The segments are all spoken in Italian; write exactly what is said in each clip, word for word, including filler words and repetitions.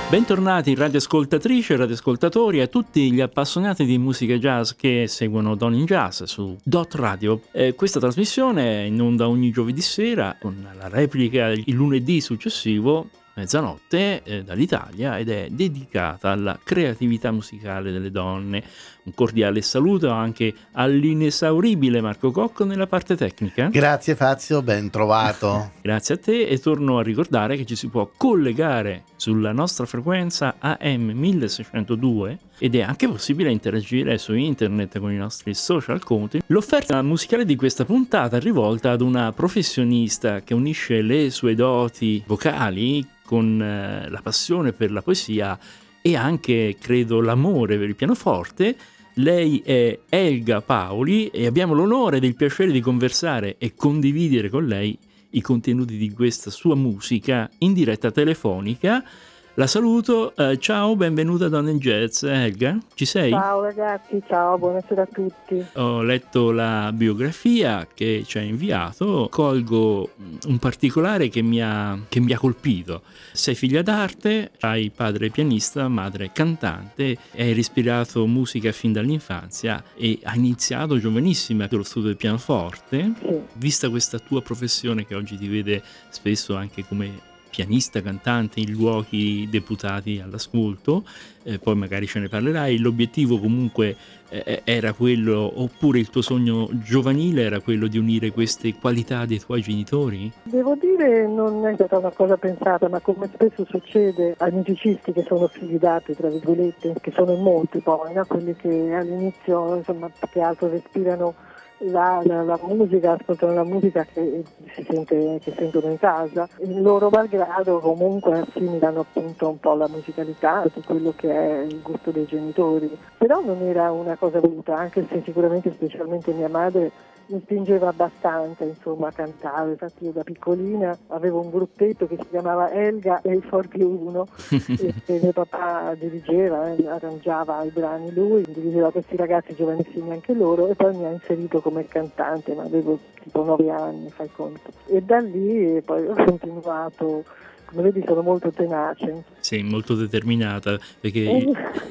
Bentornati radioascoltatrici e radioascoltatori, a tutti gli appassionati di musica jazz che seguono Don in Jazz su Dot Radio. Eh, questa trasmissione è in onda ogni giovedì sera con la replica il lunedì successivo, mezzanotte, eh, dall'Italia, ed è dedicata alla creatività musicale delle donne. Un cordiale saluto anche all'inesauribile Marco Cocco nella parte tecnica. Grazie Fazio, ben trovato. Grazie a te, e torno a ricordare che ci si può collegare sulla nostra frequenza A M milleseicentodue ed è anche possibile interagire su internet con i nostri social conti. L'offerta musicale di questa puntata è rivolta ad una professionista che unisce le sue doti vocali con eh, la passione per la poesia e anche, credo, l'amore per il pianoforte. Lei è Elga Paoli e abbiamo l'onore ed il piacere di conversare e condividere con lei i contenuti di questa sua musica in diretta telefonica. La saluto, eh, ciao, benvenuta a Don in Jazz. Elga, ci sei? Ciao ragazzi, ciao, buonasera a tutti. Ho letto la biografia che ci hai inviato, colgo un particolare che mi ha, che mi ha colpito. Sei figlia d'arte, hai padre pianista, madre cantante, hai respirato musica fin dall'infanzia e hai iniziato giovanissima con lo studio del pianoforte. Sì. Vista questa tua professione che oggi ti vede spesso anche come pianista, cantante in luoghi deputati all'ascolto, eh, poi magari ce ne parlerai, l'obiettivo comunque eh, era quello, oppure il tuo sogno giovanile era quello di unire queste qualità dei tuoi genitori? Devo dire non è stata una cosa pensata, ma come spesso succede ai musicisti che sono figli d'arte, tra virgolette, che sono in molti poi, no? Quelli che all'inizio insomma più che altro respirano La, la, la musica, ascoltano la musica che si sente, che sentono in casa, il loro malgrado comunque assimilano appunto un po' la musicalità di quello che è il gusto dei genitori, però non era una cosa voluta, anche se sicuramente specialmente mia madre mi spingeva abbastanza insomma a cantare. Infatti io da piccolina avevo un gruppetto che si chiamava Elga e il For più uno e, e mio papà dirigeva, eh, arrangiava i brani lui, dirigeva questi ragazzi giovanissimi anche loro, e poi mi ha inserito come cantante, ma avevo tipo nove anni, fai conto, e da lì poi ho continuato. Come vedi sono molto tenace. Sei molto determinata, perché il,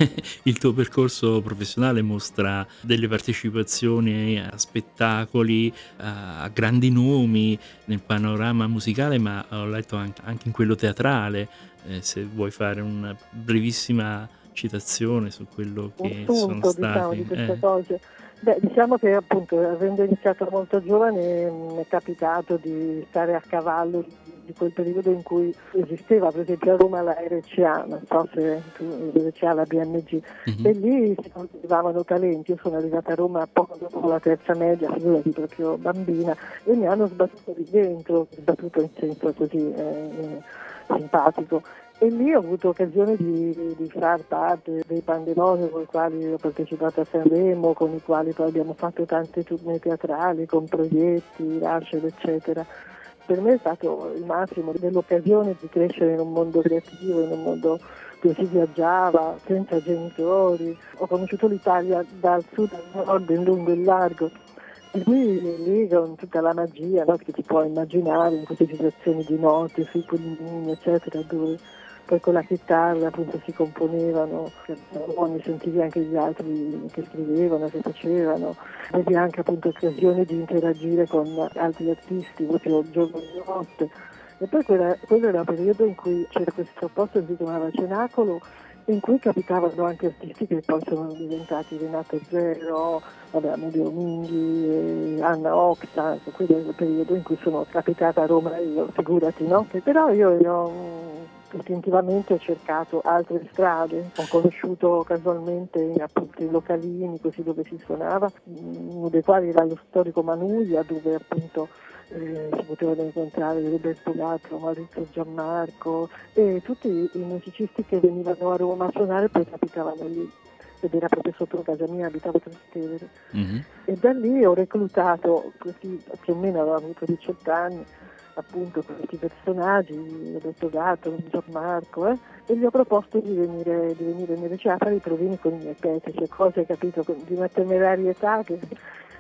il tuo percorso professionale mostra delle partecipazioni a spettacoli, a, a grandi nomi nel panorama musicale, ma ho letto anche, anche in quello teatrale. Eh, se vuoi fare una brevissima citazione su quello che Un sono punto, stati. diciamo, di queste Eh. cose. Beh, diciamo che appunto avendo iniziato molto giovane mi è capitato di stare a cavallo di quel periodo in cui esisteva per esempio a Roma la R C A, non so se tu, R C A, la B M G, mm-hmm. E lì si coltivavano talenti. Io sono arrivata a Roma poco dopo la terza media, figurati, proprio bambina, e mi hanno sbattuto lì dentro, sbattuto in senso così eh, simpatico. E lì ho avuto occasione di, di far parte dei Pandemonio con i quali ho partecipato a Sanremo, con i quali poi abbiamo fatto tante tournée teatrali, con proietti, Rachel, eccetera. Per me è stato il massimo dell'occasione di crescere in un mondo creativo, in un mondo dove si viaggiava, senza genitori. Ho conosciuto l'Italia dal sud al nord, in lungo e in largo. E qui lì con tutta la magia, no, che ti puoi immaginare in queste situazioni di notte, sui pollini, eccetera, dove poi con la chitarra appunto si componevano canzoni, sentivi anche gli altri che scrivevano, che facevano, avevi anche appunto occasione di interagire con altri artisti proprio giorno e notte. E poi quella, quello era un periodo in cui c'era questo posto che si chiamava Cenacolo, in cui capitavano anche artisti che poi sono diventati Renato Zero, vabbè, Amelio Minghi, Anna Oxa. Quello è il periodo in cui sono capitata a Roma io, figurati, no? Che però io, io istintivamente ho cercato altre strade, ho conosciuto casualmente appunto i localini così dove si suonava, uno dei quali era lo storico Manuglia, dove appunto eh, si potevano incontrare Roberto Gatto, Maurizio Gianmarco e tutti i musicisti che venivano a Roma a suonare poi capitavano lì. Ed era proprio sotto casa mia, abitavo a Trastevere. Mm-hmm. E da lì ho reclutato, così più o meno avevo avuto diciotto anni, appunto questi personaggi, Roberto Gatto, Gianmarco, eh, e gli ho proposto di venire, di venire nelle a fare i provini con i miei pezzi, cioè cose, capito, di una temerarietà che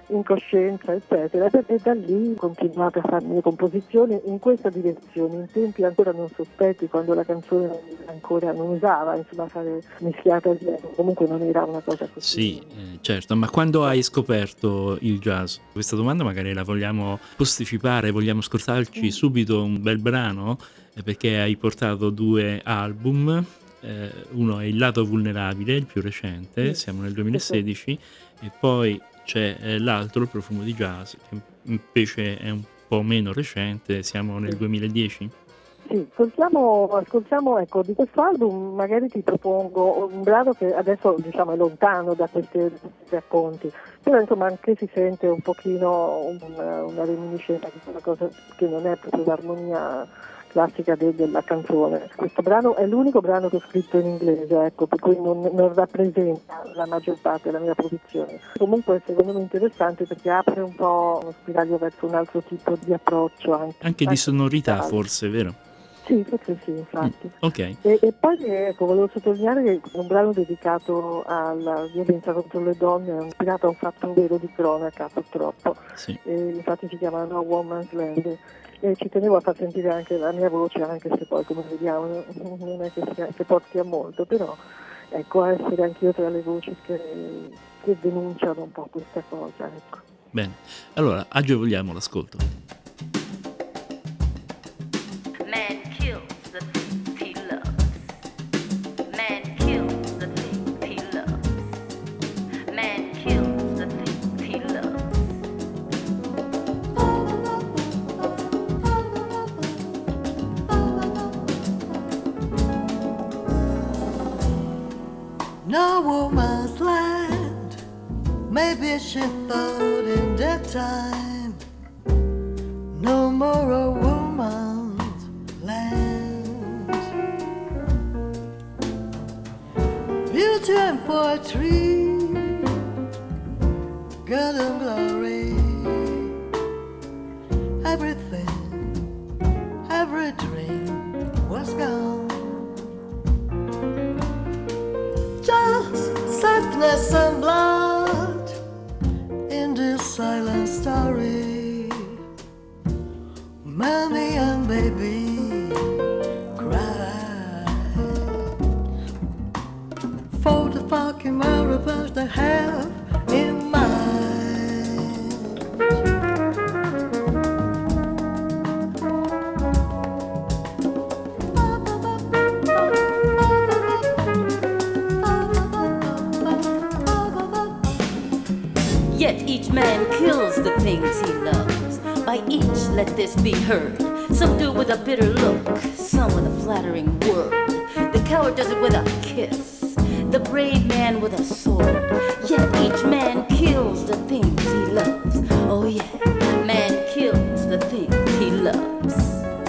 in coscienza, eccetera, e, e da lì ho continuato a farmi le composizioni in questa direzione, in tempi ancora non sospetti, quando la canzone ancora non usava, insomma, fare mischiata dietro, comunque non era una cosa così. Sì, eh, certo, ma quando hai scoperto il jazz? Questa domanda magari la vogliamo posticipare, vogliamo ascoltarci Mm. subito un bel brano, eh, perché hai portato due album, eh, uno è Il lato vulnerabile, il più recente, Sì. siamo nel Sì, duemilasedici, e poi c'è eh, l'altro, Il profumo di jazz, che invece è un po' meno recente, siamo nel Sì. duemiladieci. Sì, ascoltiamo, ascoltiamo ecco, di questo album magari ti propongo un brano che adesso diciamo è lontano da questi, da questi racconti, però insomma anche si sente un pochino una, una reminiscenza di quella cosa che non è proprio l'armonia classica de, della canzone. Questo brano è l'unico brano che ho scritto in inglese, ecco, per cui non, non rappresenta la maggior parte della mia produzione. Comunque secondo me interessante perché apre un po' uno spiraglio verso un altro tipo di approccio anche, Anche di anche sonorità musicale. forse, vero? Sì, forse sì, infatti. Mm, ok. E, e poi ecco, volevo sottolineare che un brano dedicato alla violenza contro le donne è ispirato a un fatto vero di cronaca, purtroppo. Sì. E infatti si chiama No Woman's Land. E ci tenevo a far sentire anche la mia voce, anche se poi, come vediamo, non è che, sia, che porti a molto, però ecco, a essere anch'io tra le voci che, che denunciano un po' questa cosa. Ecco. Bene, allora agevogliamo l'ascolto. Man kills the things he loves. Man kills the things he loves. Man kills the things he loves. No woman's land. Maybe she thought in that time. No more a woman's land. Beauty and poetry, God and glory. Everything, every dream was gone. Just sadness and blood in this silent story. Mommy and baby cry for the fucking murderers they have in mind. Yet each man kills the things he loves. By each let this be heard. Some do it with a bitter look, some with a flattering word. The coward does it with a kiss, the brave man with a sword. Yet each man kills the things he loves. Oh yeah, man kills the things he loves.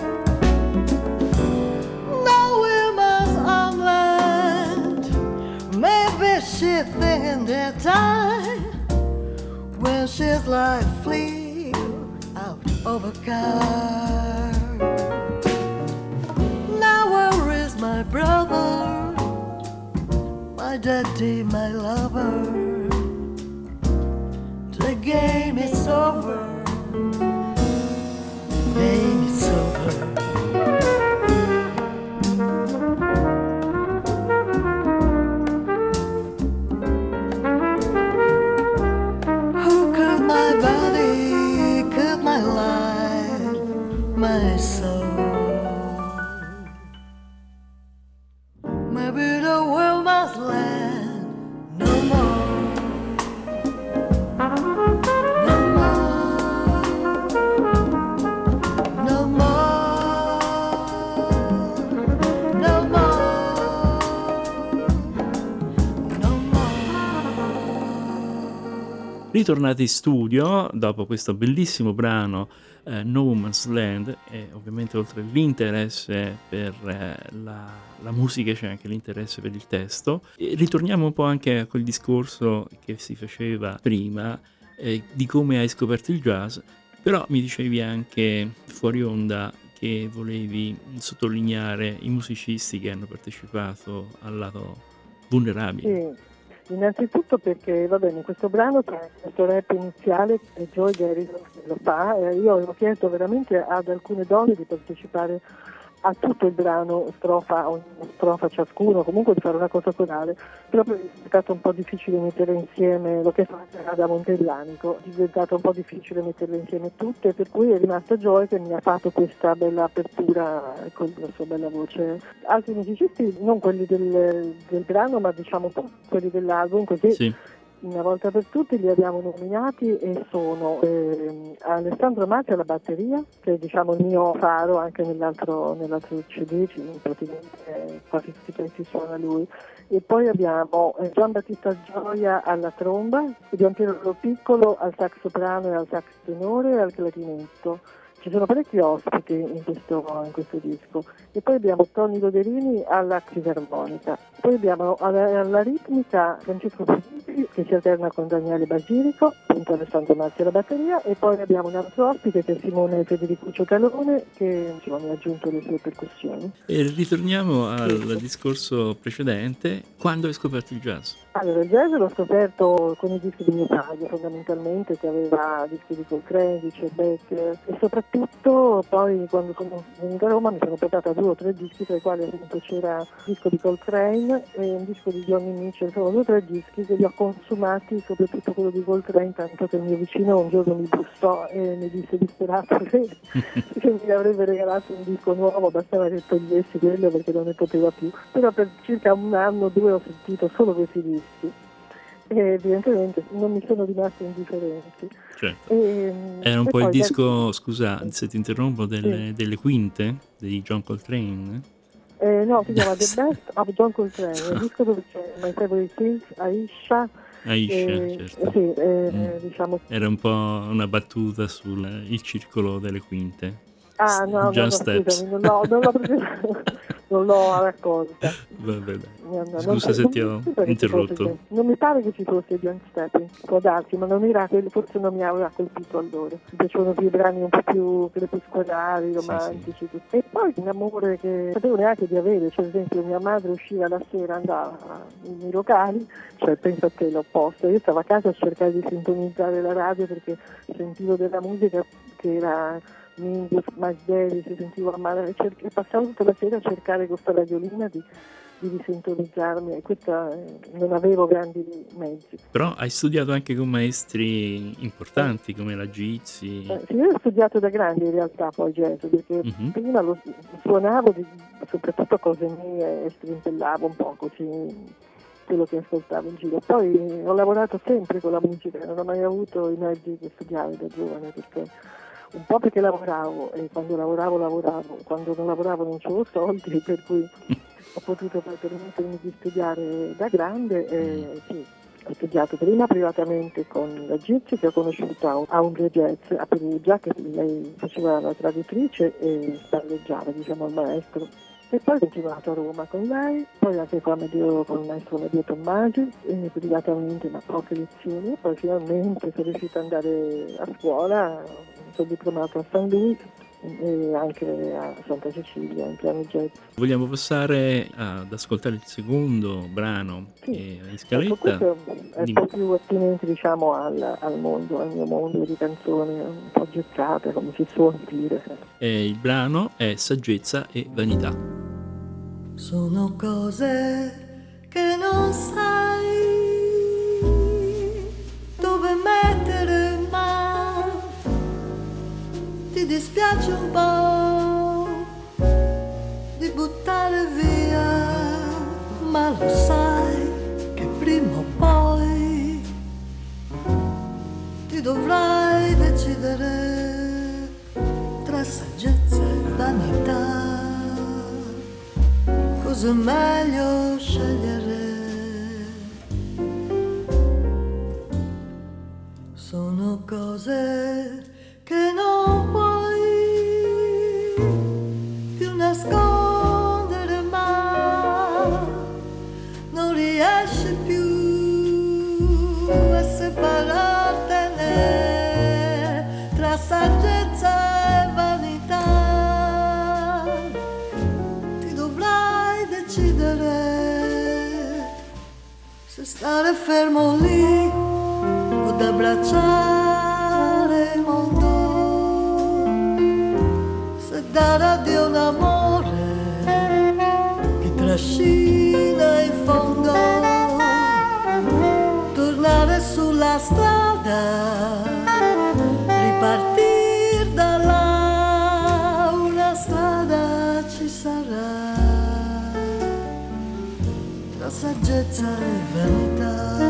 No women's on land. Maybe she thinking that time when she's like flee out of a car. Now where is my brother, my daddy, my lover? The game is over. The game is over. Who could my body, could my life, my soul? Maybe the world must land no more, no more, no more, no more, no more. Ritornati in studio dopo questo bellissimo brano eh, No Woman's Land, e ovviamente oltre all'interesse per eh, la, la musica c'è anche l'interesse per il testo, e ritorniamo un po' anche a quel discorso che si faceva prima eh, di come hai scoperto il jazz, però mi dicevi anche fuori onda che volevi sottolineare i musicisti che hanno partecipato al lato vulnerabile. Sì. Innanzitutto perché, va bene, questo brano c'è questo rap iniziale e Joy Garrison lo fa, e io avevo chiesto veramente ad alcune donne di partecipare a tutto il brano, strofa, ogni strofa ciascuno, comunque di fare una cosa corale, però è stato un po' difficile mettere insieme lo che fa da Montellanico, è diventato un po' difficile metterle insieme tutte, per cui è rimasta Joy che mi ha fatto questa bella apertura con la sua bella voce. Altri musicisti, non quelli del, del brano, ma diciamo quelli dell'album, così Sì. una volta per tutti li abbiamo nominati e sono eh, Alessandro Mazzi alla batteria, che è diciamo il mio faro anche nell'altro, nell'altro C D, praticamente eh, quasi tutti i pezzi suona lui. E poi abbiamo eh, Gian Battista Gioia alla tromba, Gian Piero Piccolo al sax soprano e al sax tenore e al clarinetto. Ci sono parecchi ospiti in questo, in questo disco. E poi abbiamo Tony Loderini alla fisarmonica. Poi abbiamo alla, alla ritmica Francesco Filipi che si alterna con Daniele Basilico, appunto Alessandro Mazzi alla batteria, e poi abbiamo un altro ospite che è Simone Federicuccio Calone che insomma, mi ha aggiunto le sue percussioni. E ritorniamo al discorso precedente. Quando hai scoperto il jazz? Allora, il jazz l'ho scoperto con i dischi di mio padre, fondamentalmente, che aveva dischi di Coltrane, di Chet Baker, e soprattutto poi quando sono venuta a Roma mi sono portata due o tre dischi, tra i quali appunto c'era un disco di Coltrane e un disco di Johnny Mitchell, sono due o tre dischi che li ho consumati, soprattutto quello di Coltrane, tanto che il mio vicino un giorno mi bussò e mi disse disperato che, che mi avrebbe regalato un disco nuovo, bastava che togliessi quello perché non ne poteva più. Però per circa un anno o due ho sentito solo questi dischi e evidentemente non mi sono rimasti indifferenti. Certo. E, Era un e po' il poi disco, scusa se ti interrompo, delle, Sì. delle quinte di John Coltrane? eh, no, si chiama The Best of John Coltrane, è il disco dove c'è My Favorite Things, Aisha. Aisha, eh, certo. sì, eh, Mm. diciamo. Era un po' una battuta sul il circolo delle quinte. Ah, no, no, John no, Steps. scusami, non l'ho, non l'ho, proprio- non l'ho raccolta. Vabbè, dai. No, no, Scusa non- se non ti mi ho sembra che ci fosse interrotto. John- non mi pare che ci fosse John Stepping, può darsi, ma non era quello, forse non mi aveva colpito allora. Mi piacevano più i brani un po' più crepuscolari, romantici. Tutto. E poi un amore che non sapevo neanche di avere, cioè ad esempio mia madre usciva la sera, andava nei locali, cioè penso a te l'opposto, io stavo a casa a cercare di sintonizzare la radio perché sentivo della musica che era Mingus, Miles Davis, sentivo amare, e passavo tutta la sera a cercare questa radiolina di, di risintonizzarmi e questa eh, non avevo grandi mezzi. Però hai studiato anche con maestri importanti come la Gizzi. Eh, sì, io ho studiato da grande in realtà poi jazz, perché Mhm. prima lo suonavo di, soprattutto cose mie e strimpellavo un po' così quello che ascoltavo in giro. Poi ho lavorato sempre con la musica, non ho mai avuto i mezzi per studiare da giovane, perché un po' perché lavoravo e quando lavoravo lavoravo, quando non lavoravo non c'avevo soldi, per cui ho potuto poi permettermi di studiare da grande e sì, ho studiato prima privatamente con la Gizzi che ho conosciuto a, a Umbria Jazz a Perugia, che lei faceva la traduttrice e stalleggiava diciamo al maestro. E poi ho continuato a Roma con lei, poi anche qua Medio, con il maestro Medio Tommaggi, eh, privatamente ma poche lezioni, e poi finalmente sono riuscita ad andare a scuola, mi sono diplomato a San Luis e anche a Santa Cecilia in piano jazz. Vogliamo passare ad ascoltare il secondo brano Sì. che è in Ecco, scaletta. questo è un Dimmi. po' più attinente diciamo al, al mondo, al mio mondo di canzoni, un po' gettata come si suol dire. E il brano è Saggezza e Vanità. Sono cose che non sai dove mettere, ma ti dispiace un po' di buttare via, ma lo sai che prima o poi ti dovrai decidere tra saggezza e vanità. Cosa è meglio scegliere? Sono cose che non puoi più nascondere, ma non riesci più a separartene tra saggezza e vanità. stare fermo lì o ad abbracciare il mondo, se dare addio un amore che trascina in fondo, tornare sulla strada, ripartir da là, una strada ci sarà, tra saggezza e vanità.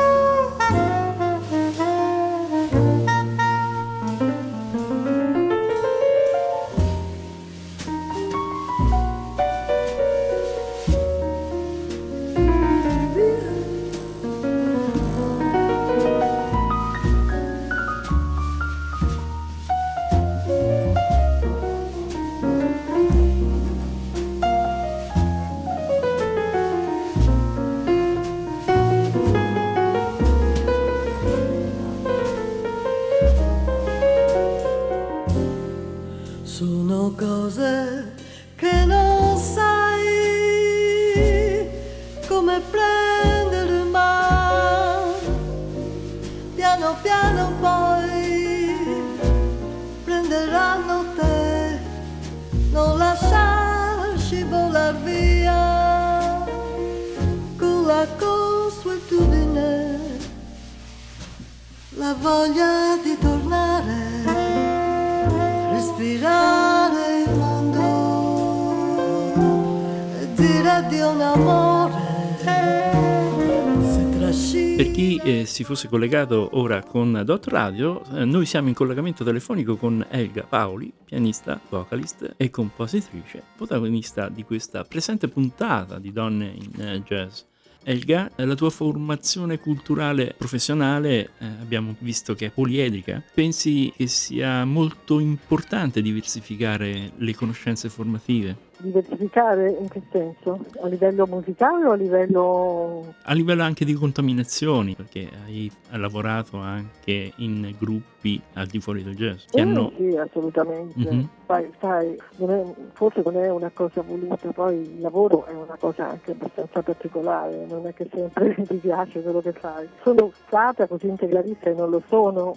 Sono cose che non sai come prendere in mano, piano piano poi prenderanno te, non lasciarci volar via con la consuetudine, la voglia di tornare, respirare il mondo e dire addio un amore se trascina. Per chi eh, si fosse collegato ora con Dot Radio, eh, noi siamo in collegamento telefonico con Elga Paoli, pianista, vocalist e compositrice, protagonista di questa presente puntata di Donne in eh, Jazz. Elga, la tua formazione culturale professionale eh, abbiamo visto che è poliedrica. Pensi che sia molto importante diversificare le conoscenze formative? Diversificare in che senso? A livello musicale o a livello... A livello anche di contaminazioni, perché hai, hai lavorato anche in gruppi al di fuori del jazz. Che Eh, hanno... Sì, assolutamente. Mhm. Poi, sai, non è- forse non è una cosa voluta, poi il lavoro è una cosa anche abbastanza particolare, non è che sempre ti piace quello che fai. Sono stata così integralista e non lo sono,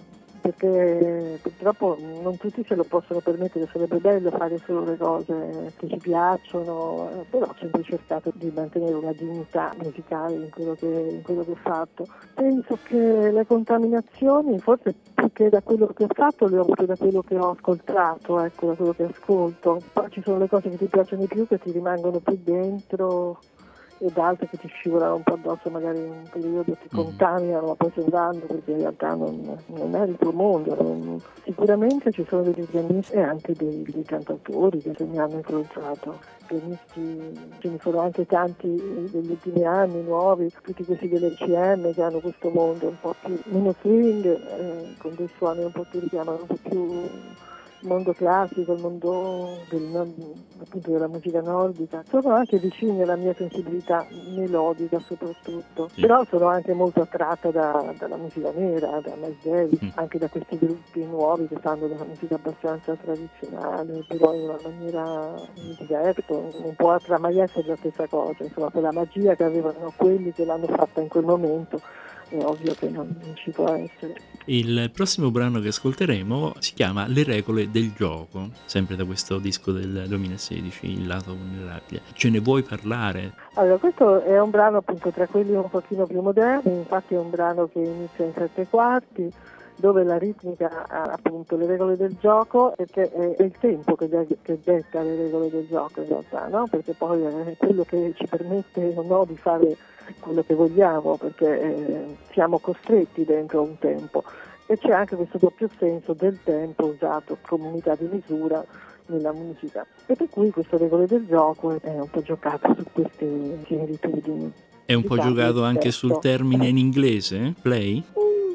perché purtroppo non tutti se lo possono permettere, sarebbe bello fare solo le cose che ci piacciono, eh, però ho sempre cercato di mantenere una dignità musicale in quello che, in quello che ho fatto. Penso che le contaminazioni, forse più che da quello che ho fatto, le ho avute da quello che ho ascoltato, ecco, da quello che ascolto. Poi ci sono le cose che ti piacciono di più, che ti rimangono più dentro, ed altre che ti scivolano un po' addosso, magari in un periodo ti Mhm. contaminano, ma poi sei andando perché in realtà non, non è il tuo mondo. non- Sicuramente ci sono dei pianisti e anche dei, dei cantautori che mi hanno influenzato. Pianisti, ce ne sono anche tanti degli ultimi anni, nuovi, tutti questi dell'E C M che hanno questo mondo un po' più meno swing, eh, con dei suoni un po' più richiamano un po' più il mondo classico, il mondo del- appunto della musica nordica. Sono anche vicini alla mia sensibilità melodica soprattutto, Sì. però sono anche molto attratta da- dalla musica nera, da Miles Davis, Mm. anche da questi gruppi nuovi che fanno della musica abbastanza tradizionale, però in una maniera diversa, non può tra mai essere la stessa cosa, insomma quella magia che avevano quelli che l'hanno fatta in quel momento è ovvio che non, non ci può essere. Il prossimo brano che ascolteremo si chiama Le regole del gioco, sempre da questo disco del duemilasedici, Il lato vulnerabile. Ce ne vuoi parlare? Allora, questo è un brano appunto tra quelli un pochino più moderni, infatti è un brano che inizia in sette quarti, dove la ritmica ha appunto le regole del gioco, perché è, è il tempo che, de- che detta le regole del gioco in realtà, no? Perché poi è quello che ci permette o no di fare quello che vogliamo, perché eh, siamo costretti dentro un tempo. E c'è anche questo doppio senso del tempo usato come unità di misura nella musica, e per cui queste regole del gioco è un po' giocato su queste similitudini. È un po' Diciamo, giocato anche testo. sul termine in inglese, eh? Play?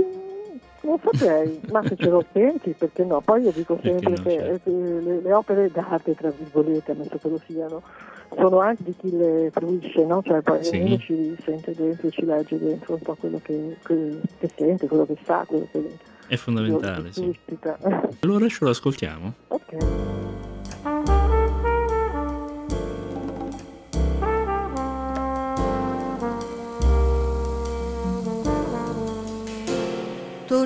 Mm, Non saprei, ma se ce lo senti, perché no? Poi io dico Perché sempre no, che certo. eh, le, le opere d'arte, tra virgolette, ammesso che lo siano, sono anche di chi le fruisce, no? Cioè poi Sì. uno ci sente dentro, ci legge dentro un po' quello che, che, che sente, quello che sa, quello che È fondamentale, che sì. suscita. Allora ce lo ascoltiamo. Ok.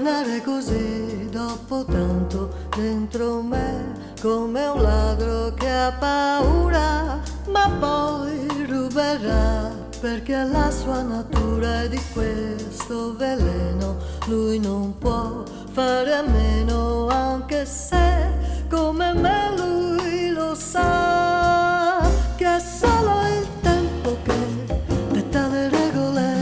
tornare così dopo tanto dentro me, come un ladro che ha paura ma poi ruberà, perché la sua natura è di questo veleno, lui non può fare a meno, anche se come me lui lo sa, che è solo il tempo che detta le regole,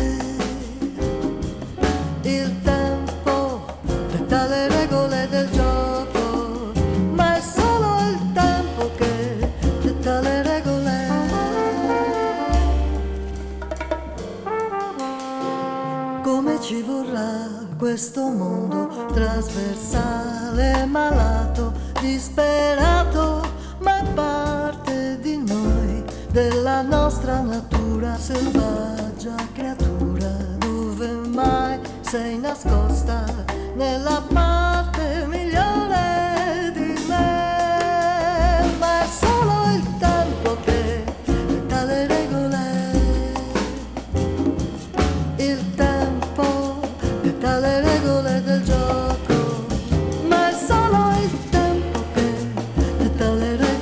il tempo detta le regole del gioco, ma è solo il tempo che detta le regole. Come ci vorrà questo mondo trasversale, malato, disperato, ma è parte di noi, della nostra natura, selvaggia creatura, dove mai sei nascosta nella parte migliore di me, ma è solo il tempo che detta le regole, il tempo detta le regole del gioco, ma è solo il tempo che detta le regole.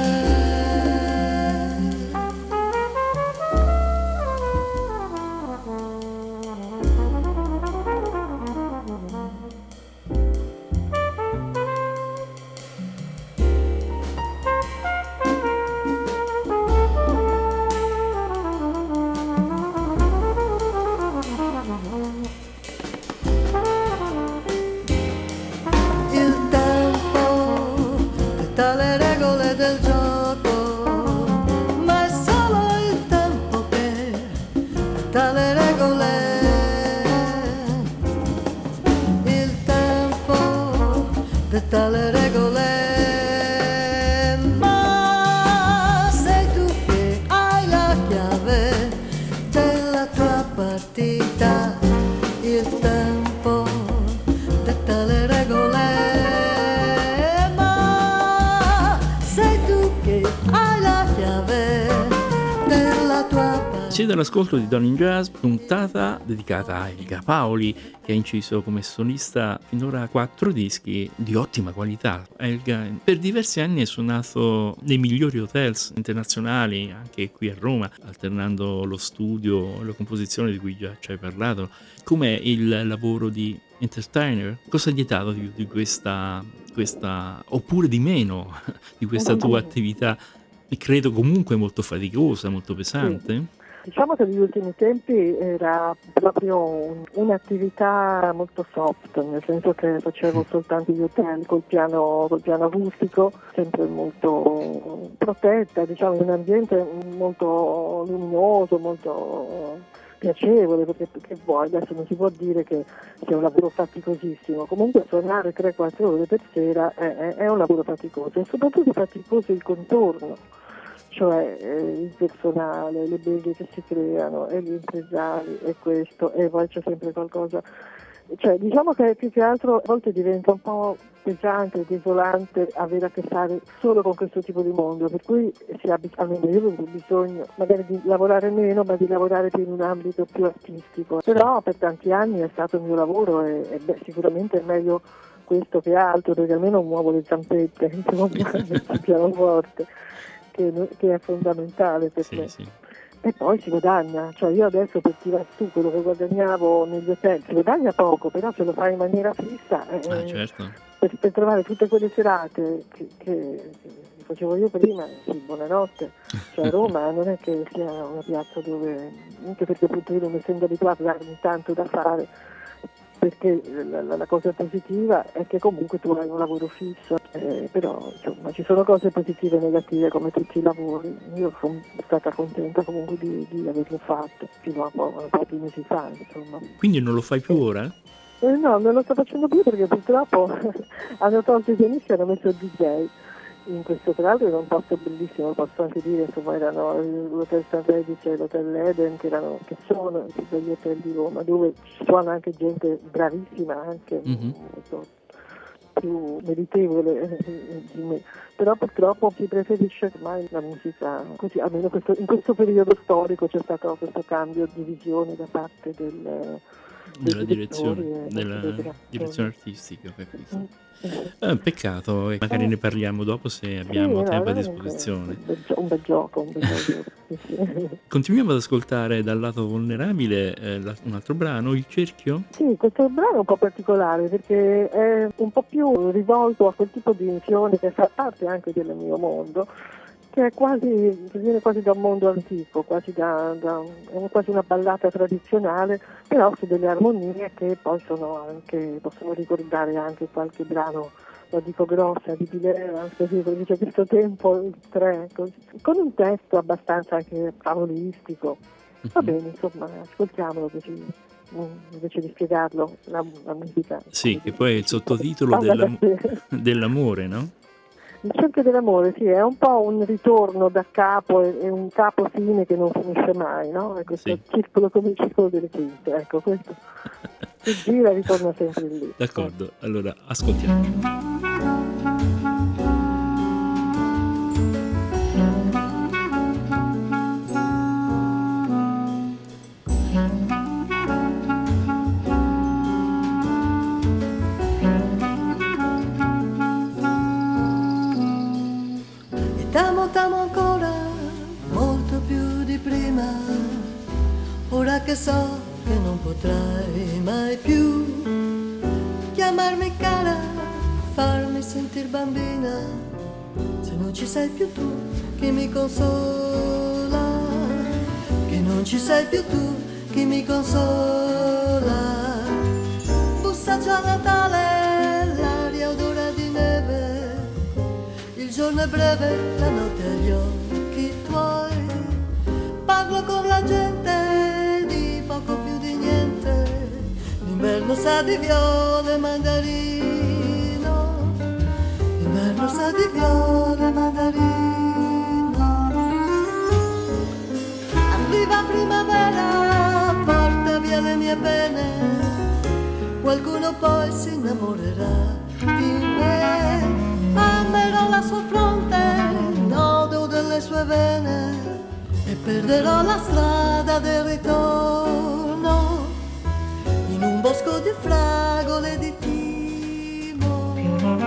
Il tempo detta le regole del gioco, ma è solo il tempo che detta le regole, il tempo detta le regole, ma sei tu che hai la chiave della tua partita, il tempo detta le regole, ma sei tu che hai la chiave della tua partita. Siete all'ascolto di Done in Jazz, puntata dedicata a Elga Paoli, che ha inciso come solista finora quattro dischi di ottima qualità. Elga per diversi anni ha suonato nei migliori hotels internazionali, anche qui a Roma, alternando lo studio e la composizione di cui già ci hai parlato. Com'è il lavoro di entertainer? Cosa hai dato di, di questa, questa, oppure di meno, di questa tua attività? Credo comunque molto faticosa, molto pesante. Diciamo che negli ultimi tempi era proprio un- un'attività molto soft, nel senso che facevo soltanto gli hotel col piano, col piano acustico, sempre molto protetta, diciamo, in un ambiente molto luminoso, molto piacevole, perché che vuoi, adesso non si può dire che sia un lavoro faticosissimo, comunque suonare tre quattro ore per sera è, è- è un lavoro faticoso, e soprattutto faticoso il contorno, cioè eh, il personale, le beghe che si creano, e gli impresari, e questo, e poi c'è sempre qualcosa. Cioè, diciamo che più che altro a volte diventa un po' pesante ed desolante avere a che fare solo con questo tipo di mondo, per cui si ha, bis- almeno io avevo bisogno magari di lavorare meno, ma di lavorare più in un ambito più artistico. Però per tanti anni è stato il mio lavoro, e, e beh, sicuramente è meglio questo che altro, perché almeno muovo le zampette, insomma, sul pianoforte, che, che è fondamentale per me. Sì, sì. E poi si guadagna, cioè io adesso per tirare su quello che guadagnavo negli hotel, si guadagna poco, però se lo fai in maniera fissa, eh, Ah, certo. per, per trovare tutte quelle serate che, che facevo io prima, sì, buonanotte, cioè Roma non è che sia una piazza dove, anche perché appunto io non essendo abituata a darmi tanto da fare, perché la, la, la cosa positiva è che comunque tu hai un lavoro fisso, eh, però insomma ci sono cose positive e negative come tutti i lavori. Io sono stata contenta comunque di, di averlo fatto fino a, po- a pochi mesi fa, insomma. Quindi non lo fai più ora? Eh, no, non lo sto facendo più perché purtroppo hanno tolto i pianisti e hanno messo il D J in questo, tra l'altro era un posto bellissimo, lo posso anche dire, insomma erano l'hotel San Redice e l'hotel Eden, che, erano, che sono i più belli hotel di Roma, dove suona anche gente bravissima, anche Mhm. molto più meritevole di me, però purtroppo si preferisce ormai la musica così, almeno questo, in questo periodo storico c'è stato questo cambio di visione da parte del della dei direzione, direttori e della della direzione artistica, ho capito. Mm. Eh, peccato, e magari Eh. ne parliamo dopo se Sì, abbiamo no, tempo a veramente disposizione. Un bel, gio- un bel gioco, un bel gioco. Sì, sì. Continuiamo ad ascoltare dal lato vulnerabile eh, la- un altro brano, Il cerchio? Sì, questo brano è un po' particolare perché è un po' più rivolto a quel tipo di visione che fa parte anche del mio mondo, che è quasi, che viene quasi da un mondo antico, quasi da, da è quasi una ballata tradizionale, però su delle armonie che poi sono anche, possono ricordare anche qualche brano, lo dico grossa, di Bill Evans, così come dice questo tempo, il tre, così, con un testo abbastanza anche favolistico. Va bene, insomma, ascoltiamolo così, invece di spiegarlo, la, la musica. Sì, che poi è il sottotitolo parla della- da sé. dell'amore, no? Il cerchio dell'amore, sì, è un po' un ritorno da capo e e un capo fine che non finisce mai, no? È questo Sì. circolo come il circolo delle quinte, ecco, questo si gira e ritorna sempre lì. D'accordo, allora ascoltiamo. E t'amo, t'amo ancora molto più di prima, ora che so che non potrai mai più chiamarmi cara, farmi sentir bambina, se non ci sei più tu che mi consola, che non ci sei più tu che mi consola. Bussa già Natale, l'aria odora di neve, il giorno è breve, la notte agli occhi tuoi, parlo con la gente di poco più di niente, l'inverno sa di viole e mandarino, l'inverno sa di viole e mandarino. Arriva primavera, porta via le mie pene, qualcuno poi si innamorerà di me. Amerò la sua fronte, il nodo delle sue vene, e perderò la strada del ritorno in un bosco di fragole e di timo.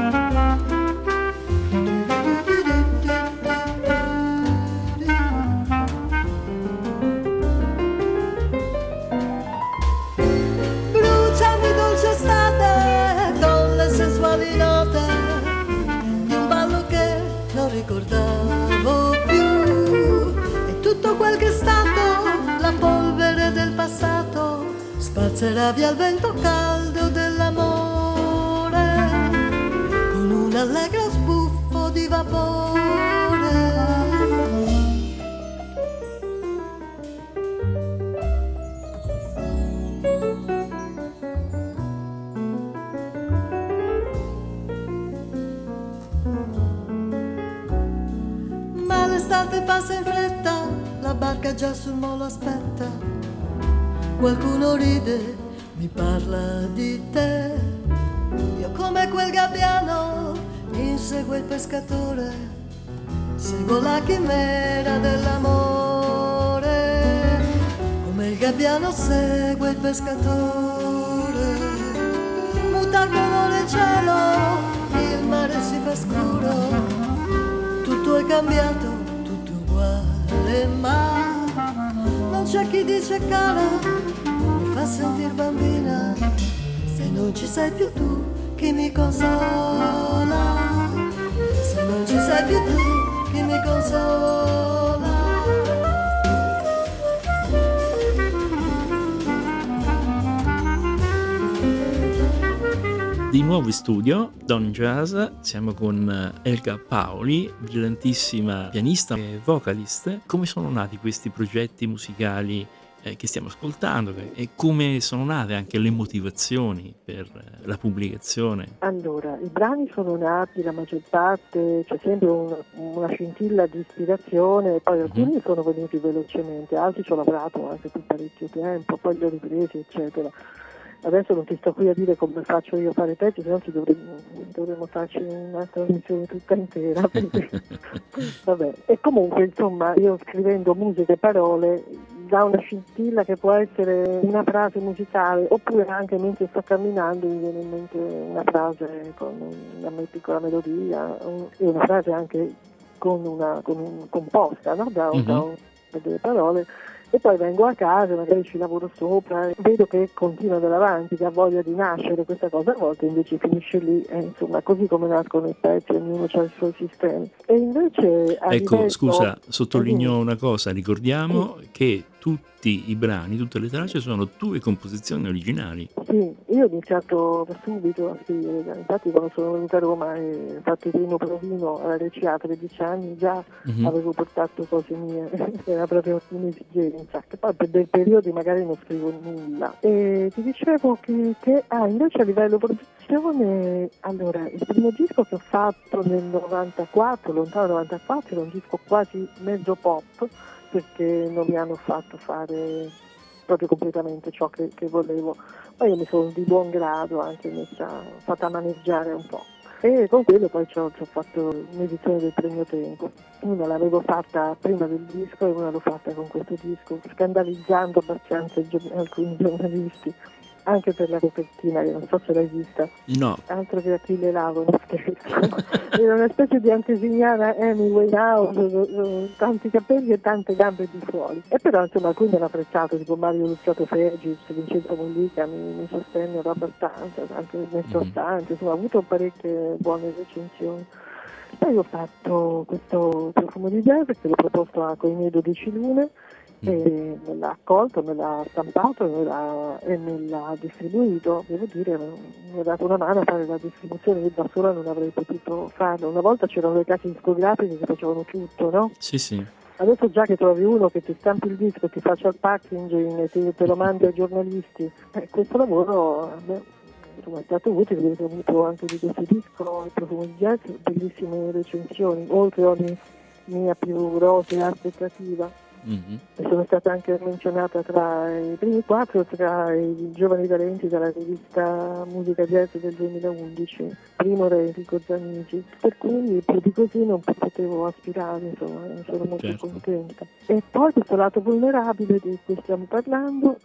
Bruciami dolce estate con le sensuali note di un ballo che non ricordavo più, e tutto quel che è stato, la polvere del passato, spazzerà via il vento caldo dell'amore con un allegro sbuffo di vapore. Ma l'estate passa in fretta, la barca già sul molo aspetta, qualcuno ride, mi parla di te. Io come quel gabbiano inseguo il pescatore, seguo la chimera dell'amore, come il gabbiano segue il pescatore. Muta il colore il cielo, il mare si fa scuro, tutto è cambiato, tutto uguale, ma non c'è chi dice cara, mi fa sentir bambina, se non ci sei più tu chi mi consola, se non ci sei più tu chi mi consola. Di nuovo in studio, Don Jazz, siamo con Elga Paoli, brillantissima pianista e vocalist. Come sono nati questi progetti musicali eh, che stiamo ascoltando e come sono nate anche le motivazioni per eh, la pubblicazione? Allora, i brani sono nati, la maggior parte, c'è sempre un- una scintilla di ispirazione, poi alcuni Mhm. sono venuti velocemente, altri ci ho lavorato anche per parecchio tempo, poi li ho ripresi, eccetera. Adesso non ti sto qui a dire come faccio io a fare pezzi, se no ci dovremmo, dovremmo farci una trasmissione tutta intera. perché- Vabbè. E comunque, insomma, io scrivendo musica e parole dà una scintilla che può essere una frase musicale, oppure anche mentre sto camminando mi viene in mente una frase con una piccola melodia e una frase anche con una con un, composta, no? da, mm-hmm. da un, delle parole. E poi vengo a casa, magari ci lavoro sopra, vedo che continua ad avanti, che ha voglia di nascere questa cosa, a volte invece finisce lì, eh, insomma, così come nascono i pezzi, ognuno ha i suoi sistemi. E invece a ecco, livello... scusa, sottolineo una cosa, ricordiamo sì. che tutti i brani, tutte le tracce sono tue composizioni originali. Sì, io ho iniziato subito a scrivere, infatti quando sono venuta a Roma e ho fatto il primo provino alla R C A a tredici anni già mm-hmm. avevo portato cose mie, era proprio un'esigenza, che poi per dei periodi magari non scrivo nulla. E ti dicevo che, che ah, invece a livello produzione, allora il primo disco che ho fatto nel novantaquattro, lontano novantaquattro, era un disco quasi mezzo pop, perché non mi hanno fatto fare proprio completamente ciò che, che volevo, ma io mi sono di buon grado anche messa, fatta maneggiare un po', e con quello poi ci ho, ci ho fatto un'edizione del Premio Tempo, una l'avevo fatta prima del disco e una l'ho fatta con questo disco, scandalizzando abbastanza alcuni giornalisti, anche per la copertina, che non so se l'hai vista. No. Altro che Achille Lauro, non scherzo. Era una specie di antesignana Amy Winehouse, tanti capelli e tante gambe di fuori. E però insomma alcuni hanno apprezzato, tipo Mario Luciato Fegic, Vincenzo Mollica mi, mi sostennero abbastanza, anche Ernesto mm. Santi, insomma ho avuto parecchie buone recensioni. Poi ho fatto questo profumo di jazz che l'ho proposto a Coi miei dodici lune, e me l'ha accolto, me l'ha stampato e me l'ha, e me l'ha distribuito. Devo dire, mi ha dato una mano a fare la distribuzione, io da sola non avrei potuto farlo. Una volta c'erano le case discografiche che facevano tutto, no? Sì, sì. Adesso già che trovi uno che ti stampi il disco, ti faccia il packaging e ti, te lo mandi ai giornalisti, eh, questo lavoro beh, insomma, è stato utile, perché ho avuto anche di questo disco il profumo di jazz bellissime recensioni, oltre ogni mia più rosea aspettativa. Mm-hmm. E sono stata anche menzionata tra i primi quattro tra i giovani talenti della rivista Musica Jazz del duemilaundici, primo era Enrico Zanigi, per cui più di così non potevo aspirare, insomma, sono molto certo. contenta. E poi questo lato vulnerabile di cui stiamo parlando,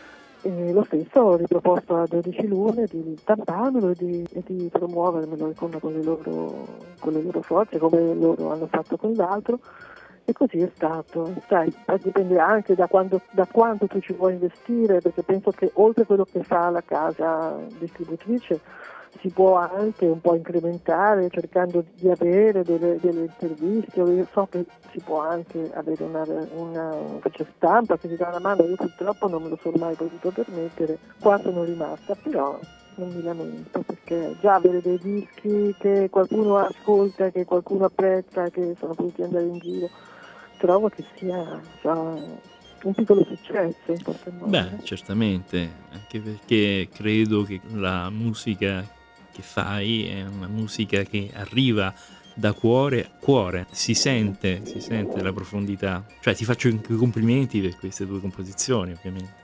e lo stesso ho riproposto a dodici lune di stamparmelo e di, e di promuovermelo con, con, le loro, con le loro forze, come loro hanno fatto con l'altro. E così è stato, sai, dipende anche da, quando, da quanto tu ci vuoi investire, perché penso che oltre a quello che fa la casa distributrice si può anche un po' incrementare cercando di avere delle, delle interviste. Io so che si può anche avere una, una voce stampa che ti dà una mano, io purtroppo non me lo sono mai potuto permettere, qua sono rimasta, però non mi lamento, perché già avere dei dischi che qualcuno ascolta, che qualcuno apprezza, che sono potuti andare in giro, trovo che sia già un piccolo successo in qualche modo. Beh, certamente, anche perché credo che la musica che fai è una musica che arriva da cuore a cuore, si sente, si sente la profondità. Cioè ti faccio anche complimenti per queste due composizioni, ovviamente.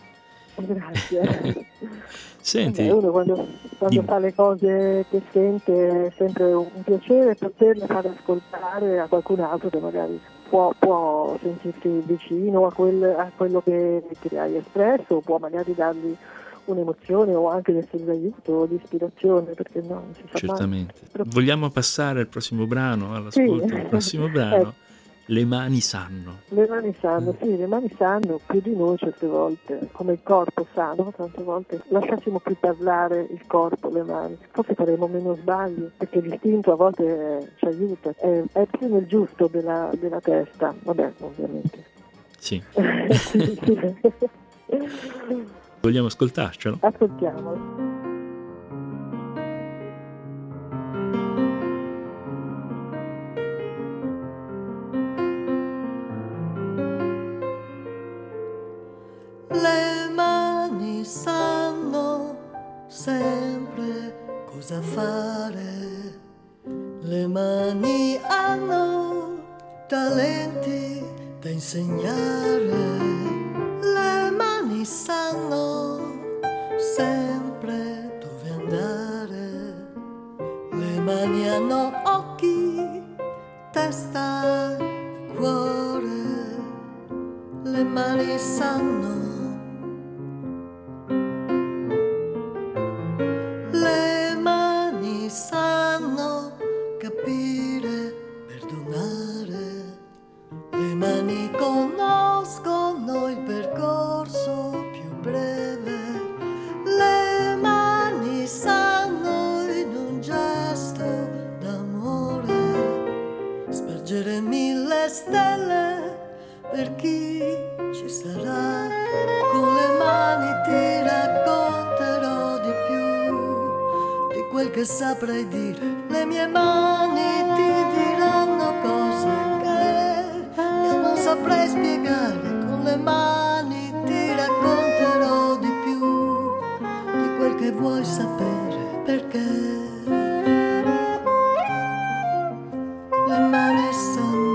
Grazie. Senti, Vabbè, uno quando, quando fa le cose che sente è sempre un piacere poterle fare ascoltare a qualcun altro che magari può, può sentirsi vicino a, quel, a quello che, che hai espresso, può magari dargli un'emozione o anche essere d'aiuto o di ispirazione, perché no, non si sa certamente. mai. Vogliamo passare al prossimo brano, all'ascolto sì. del prossimo brano? ecco. Le mani sanno. Le mani sanno, sì, le mani sanno più di noi certe volte, come il corpo sa, no? Tante volte lasciassimo più parlare il corpo, le mani, forse faremo meno sbagli, perché l'istinto a volte eh, ci aiuta, è, è più nel giusto della, della testa, vabbè, ovviamente. Sì. sì, sì. Vogliamo ascoltarcelo? Ascoltiamolo. Le mani sanno sempre cosa fare, le mani hanno talenti da insegnare, le mani sanno sempre dove andare, le mani hanno occhi, testa, cuore, le mani sanno, le mani sanno capire, perdonare, le mani conoscono il percorso più breve, le mani sanno in un gesto d'amore spargere mille stelle per chi ci sarà. Con le mani ti racconterò di più di quel che saprei dire, le mie mani ti diranno cose che io non saprei spiegare. Con le mani ti racconterò di più di quel che vuoi sapere, perché le mani sanno.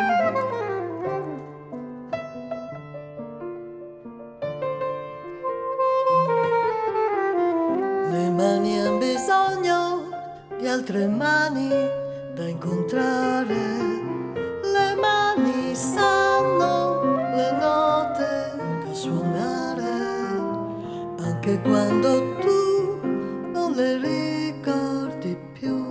Le mani han bisogno di altre mani da incontrare, le mani sanno le note da suonare, anche quando tu non le ricordi più.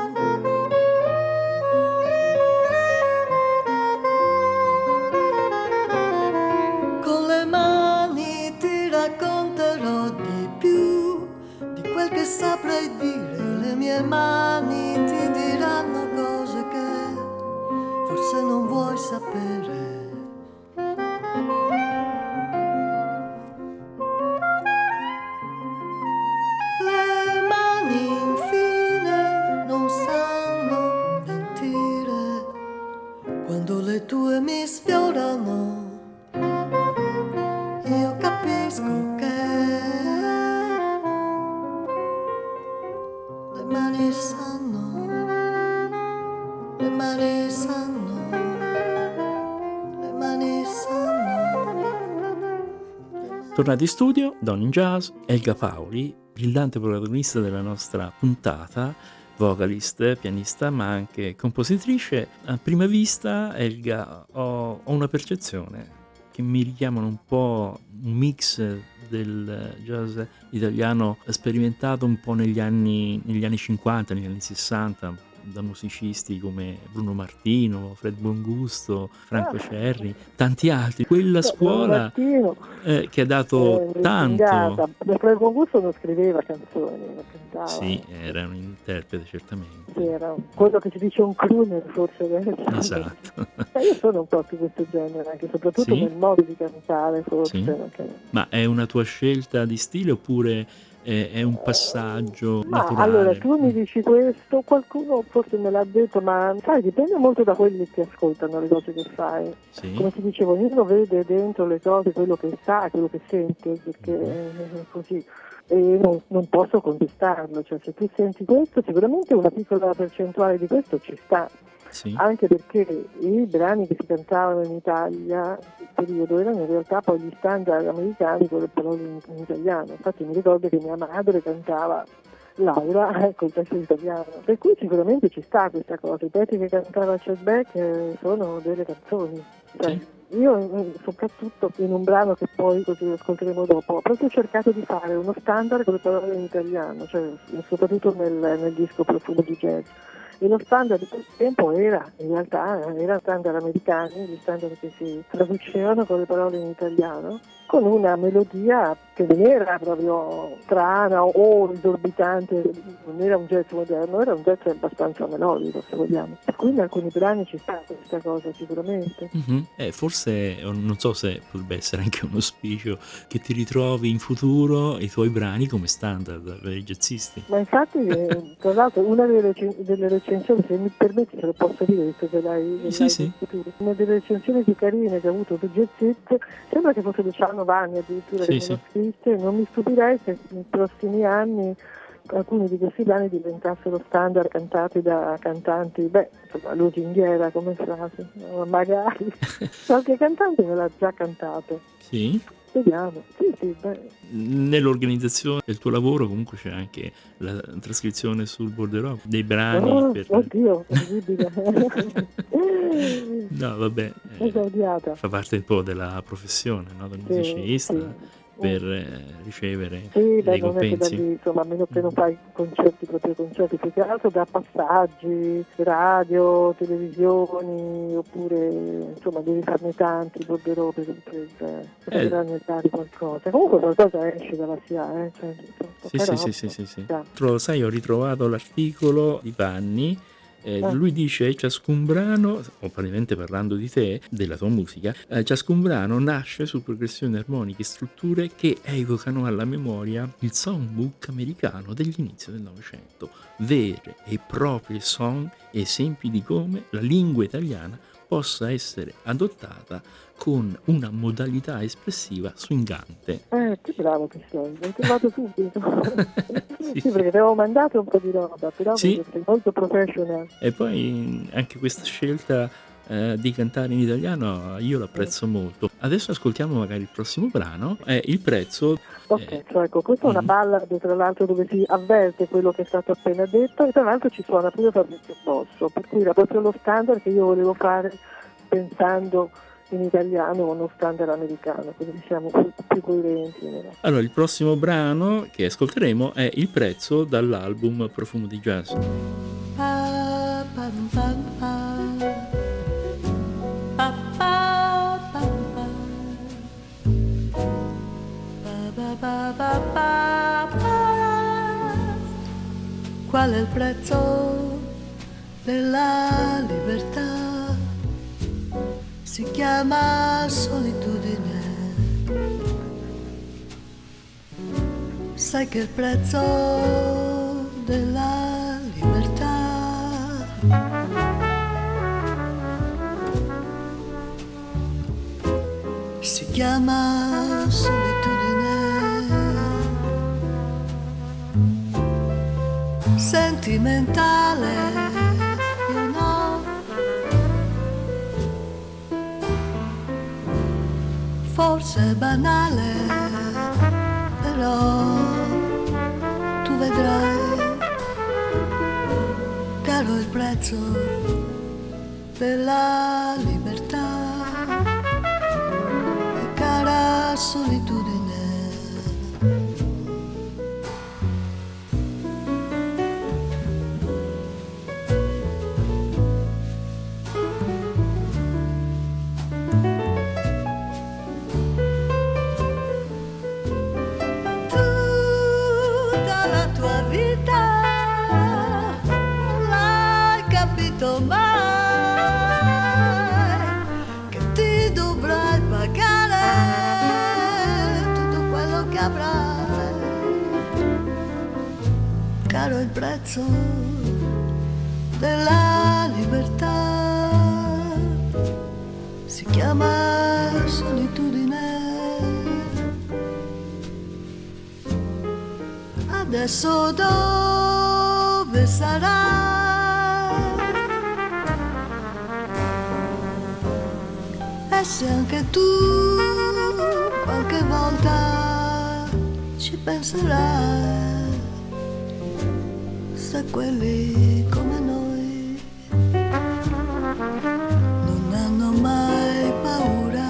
Con le mani ti racconterò di più di quel che saprei dire, le mie mani ti diranno cose che forse non vuoi sapere. Le mani infine non sanno mentire, quando le tue mi sfiorano io capisco che le mani sanno, le mani sanno, le mani sanno. Tornati in studio, Don in Jazz, Elga Paoli, brillante protagonista della nostra puntata, vocalist, pianista ma anche compositrice. A prima vista, Elga, ho, ho una percezione che mi richiamano un po' un mix del jazz italiano sperimentato un po' negli anni, negli anni cinquanta, negli anni sessanta, da musicisti come Bruno Martino, Fred Bongusto, Franco Cerri, tanti altri. Quella scuola eh, che ha dato eh, tanto. Fred Bongusto non scriveva canzoni, non cantava. Sì, era un interprete certamente. Sì, era quello che si dice un crooner forse adesso. Esatto. Eh, io sono un po' di questo genere, anche soprattutto Sì? nel modo di cantare forse. Sì. Anche. Ma è una tua scelta di stile oppure è, è un passaggio Ma naturale? allora tu mi dici questo, qualcuno forse me l'ha detto, ma sai, dipende molto da quelli che ascoltano le cose che fai. Sì. Come ti dicevo, ognuno vede dentro le cose quello che sa, quello che sente, perché Mm-hmm. è così. E non, non posso contestarlo, cioè se tu senti questo, sicuramente una piccola percentuale di questo ci sta. Sì. Anche perché i brani che si cantavano in Italia in quel periodo erano in realtà poi gli standard americani con le parole in, in italiano. Infatti mi ricordo che mia madre cantava Laura eh, col testo in italiano, per cui sicuramente ci sta questa cosa. I pezzi che cantava Chet Beck eh, sono delle canzoni. Cioè, Sì. io eh, soprattutto in un brano che poi così lo ascolteremo dopo, ho proprio cercato di fare uno standard con le parole in italiano, cioè soprattutto nel, nel disco Profumo di Jazz. E lo standard di quel tempo era, in realtà, erano standard americani, gli standard che si traducevano con le parole in italiano, con una melodia che non era proprio strana o esorbitante, non era un jazz moderno, era un jazz abbastanza melodico, se vogliamo. Per cui in alcuni brani ci sta questa cosa sicuramente. Mm-hmm. Eh, forse, non so se potrebbe essere anche un auspicio che ti ritrovi in futuro i tuoi brani come standard per i jazzisti. Ma infatti, eh, tra l'altro, una delle, recen- delle recensioni, se mi permetti se lo posso dire, visto che l'hai, Sì, l'hai sì. una delle recensioni più carine che ha avuto su Jazzit, sembra che fosse Luciano Vanni addirittura Sì, che sì. me lo scrisse, non mi stupirei se nei prossimi anni alcuni di questi brani diventassero standard cantati da cantanti, beh, insomma, lusinghiera come frase, no, magari qualche cantante me l'ha già cantato. Sì? Vediamo, sì, sì, beh. Nell'organizzazione del tuo lavoro comunque c'è anche la trascrizione sul borderò dei brani Oh, per... oddio, orribile. No, vabbè, L'ho eh, odiata. fa parte un po' della professione, no? Del Sì, musicista sì. per eh, ricevere Sì, beh, dei non è che da compensi. lì, insomma, a meno che non fai concerti, proprio concerti, più che altro da passaggi, radio, televisioni, oppure, insomma, devi farne tanti, borderò per, per, per Eh. ragnatare qualcosa. Comunque qualcosa esce dalla S I A, eh, cioè, Sì, però, sì, sì, sì, sì, sì. già. Tro- sai, ho ritrovato l'articolo di Vanni. Eh, Eh. lui dice ciascun brano, o praticamente parlando di te, della tua musica, eh, ciascun brano nasce su progressioni armoniche e strutture che evocano alla memoria il songbook americano degli inizi del Novecento, vere e proprie song, esempi di come la lingua italiana possa essere adottata con una modalità espressiva swingante. Eh, che bravo che sei, l'hai trovato subito. Sì, Sì, sì. perché avevo mandato un po' di roba, però Sì. vedo che sei molto professional. E poi anche questa scelta eh, di cantare in italiano io l'apprezzo molto. Adesso ascoltiamo magari il prossimo brano, è Il prezzo. Ok, eh, cioè, ecco, questa è una mm. ballad tra l'altro dove si avverte quello che è stato appena detto e tra l'altro ci suona pure Fabrizio Bosso, per cui era proprio lo standard che io volevo fare pensando in italiano o uno standard americano, così siamo più, più coerenti. No? Allora, il prossimo brano che ascolteremo è Il prezzo dall'album Profumo di Jazz. Pa, pa, pa, pa. Pa, pa, pa, pa. Pa, pa, pa, pa, pa. Qual è il prezzo della libertà? Si chiama solitudine. Sai che il prezzo della libertà si chiama solitudine. Sentimentale, io no. Forse è banale, però tu vedrai, caro il prezzo della libertà e cara solitudine. Tutta la tua vita non l'hai capito mai che ti dovrai pagare tutto quello che avrai, caro il prezzo della libertà si chiama solitudine. Adesso dove sarai? E se anche tu qualche volta ci penserai, se quelli come noi non hanno mai paura.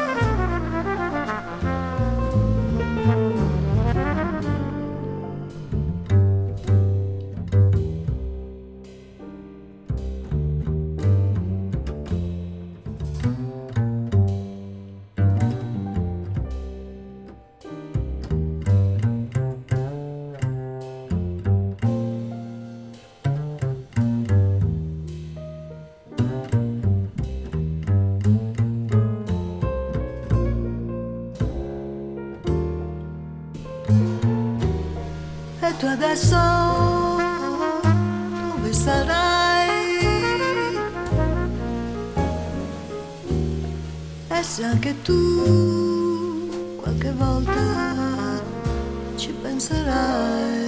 E tu adesso dove sarai? E se anche tu qualche volta ci penserai,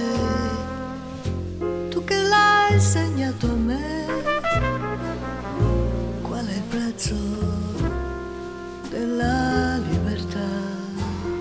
tu che l'hai insegnato a me, qual è il prezzo della libertà?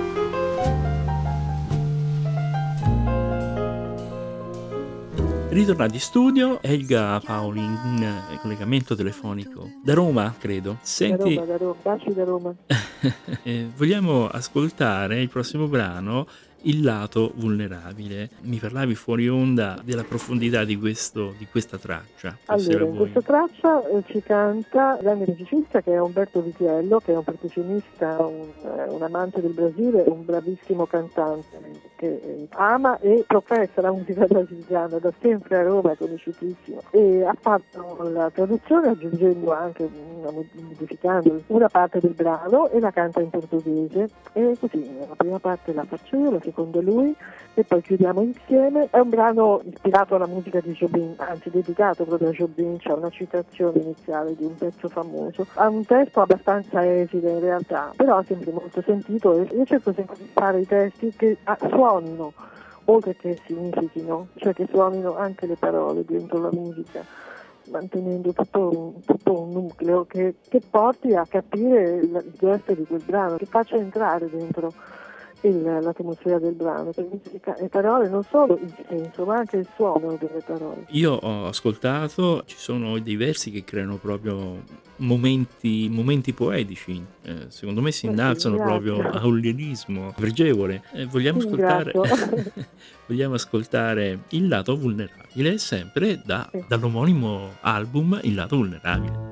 Ritornati in studio, Elga Paoli in collegamento telefonico da Roma, credo. Senti, Da Roma, da Roma, baci da Roma. eh, vogliamo ascoltare il prossimo brano, Il lato vulnerabile. Mi parlavi fuori onda della profondità di, questo, di questa traccia. Allora, in questa traccia eh, ci canta il grande musicista che è Umberto Vitiello, che è un percussionista, un, eh, un amante del Brasile, un bravissimo cantante che eh, ama e professa la musica brasiliana da sempre a Roma, è conosciutissimo, e ha fatto la traduzione aggiungendo anche, una, modificando una parte del brano, e la canta in portoghese, e così la prima parte la faccio io, la seconda lui, e poi chiudiamo insieme. È un brano ispirato alla musica di Jobim, anzi dedicato proprio a Jobim, c'è una citazione iniziale di un pezzo famoso. Ha un testo abbastanza esile in realtà, però sempre molto sentito, e io cerco sempre di fare i testi che ah, suonino, oltre che significhino, cioè che suonino anche le parole dentro la musica, mantenendo tutto un, tutto un nucleo che, che porti a capire il, il gesto di quel brano, che faccia entrare dentro il, l'atmosfera del brano, perché le parole non solo il senso ma anche il suono delle parole. Io ho ascoltato, ci sono dei versi che creano proprio momenti, momenti poetici, eh, secondo me si innalzano proprio a un lirismo pregevole. Eh, vogliamo, ascoltare, vogliamo ascoltare Il lato vulnerabile, sempre da, sì. dall'omonimo album Il lato vulnerabile.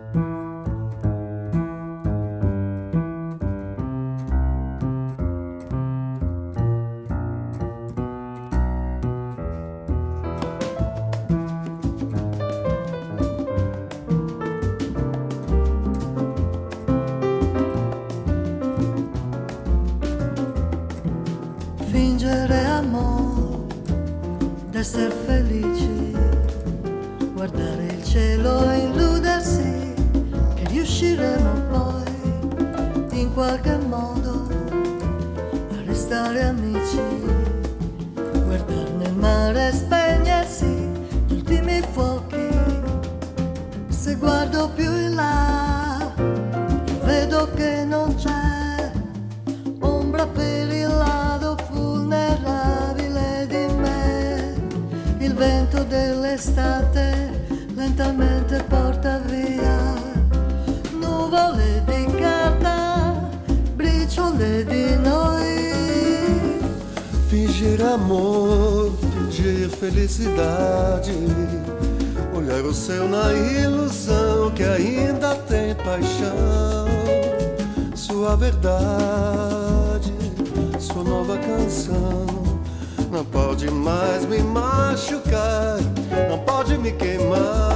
Essere felici, guardare il cielo e illudersi che riusciremo poi in qualche modo a restare amici, guardare nel mare spegnersi gli ultimi fuochi. Se guardo più in là vedo che non c'è ombra per il lato vulnerabile di me. Il vento dell'estate lentamente porta via nuvole di carta, briciole di noi. Fingir amor, fingir felicidade, olhar o céu na ilusão que ainda tem paixão. Sua verdade, sua nova canção não pode mais me machucar, não pode me queimar.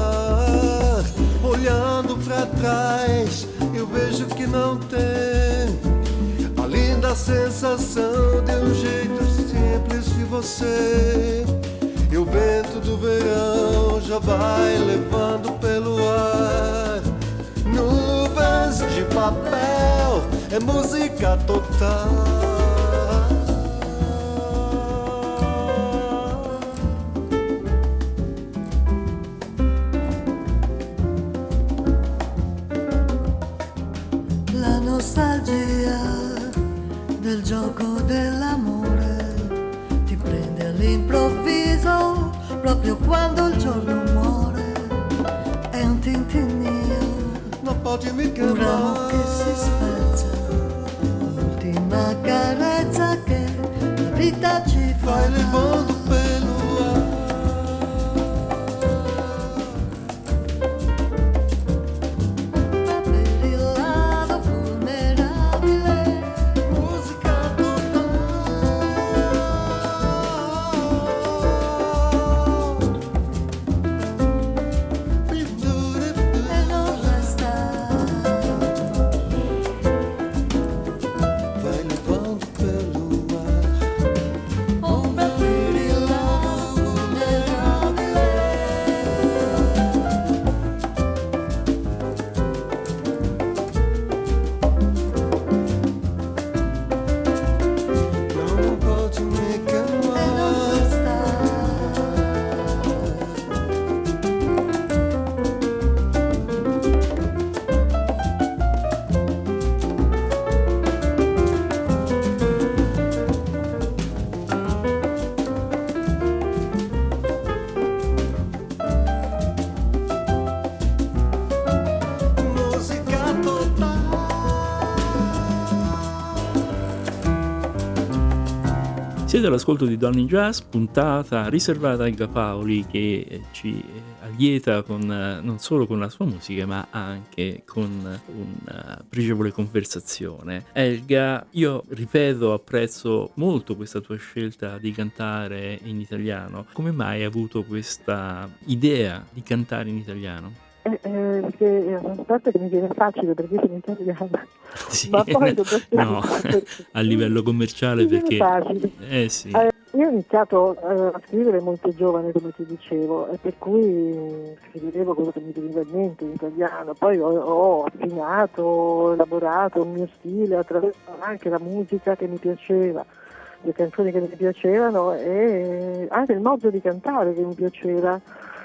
Olhando pra trás, eu vejo que não tem a linda sensação de um jeito simples de você. E o vento do verão já vai levando pelo ar nuvens de papel, é música total. Del gioco dell'amore ti prende all'improvviso, proprio quando il giorno muore. È un tintinnio, non pode me un ramo che si spezza, l'ultima carezza che la vita ci fa. Vai levando pelo ar. Ombra per il Siete all'ascolto di Donny Jazz, puntata riservata a Elga Paoli, che ci allieta con, non solo con la sua musica ma anche con una pregevole conversazione. Elga, io ripeto, apprezzo molto questa tua scelta di cantare in italiano. Come mai hai avuto questa idea di cantare in italiano? Eh, eh, perché a parte che mi viene facile perché sono italiana, Sì, ma poi dopo no, a livello commerciale mi viene perché facile. eh sì. Eh, io ho iniziato eh, a scrivere molto giovane, come ti dicevo, e per cui scrivevo quello che mi veniva in mente in italiano. Poi ho, ho affinato, ho elaborato un mio stile attraverso anche la musica che mi piaceva, le canzoni che mi piacevano e anche il modo di cantare che mi piaceva.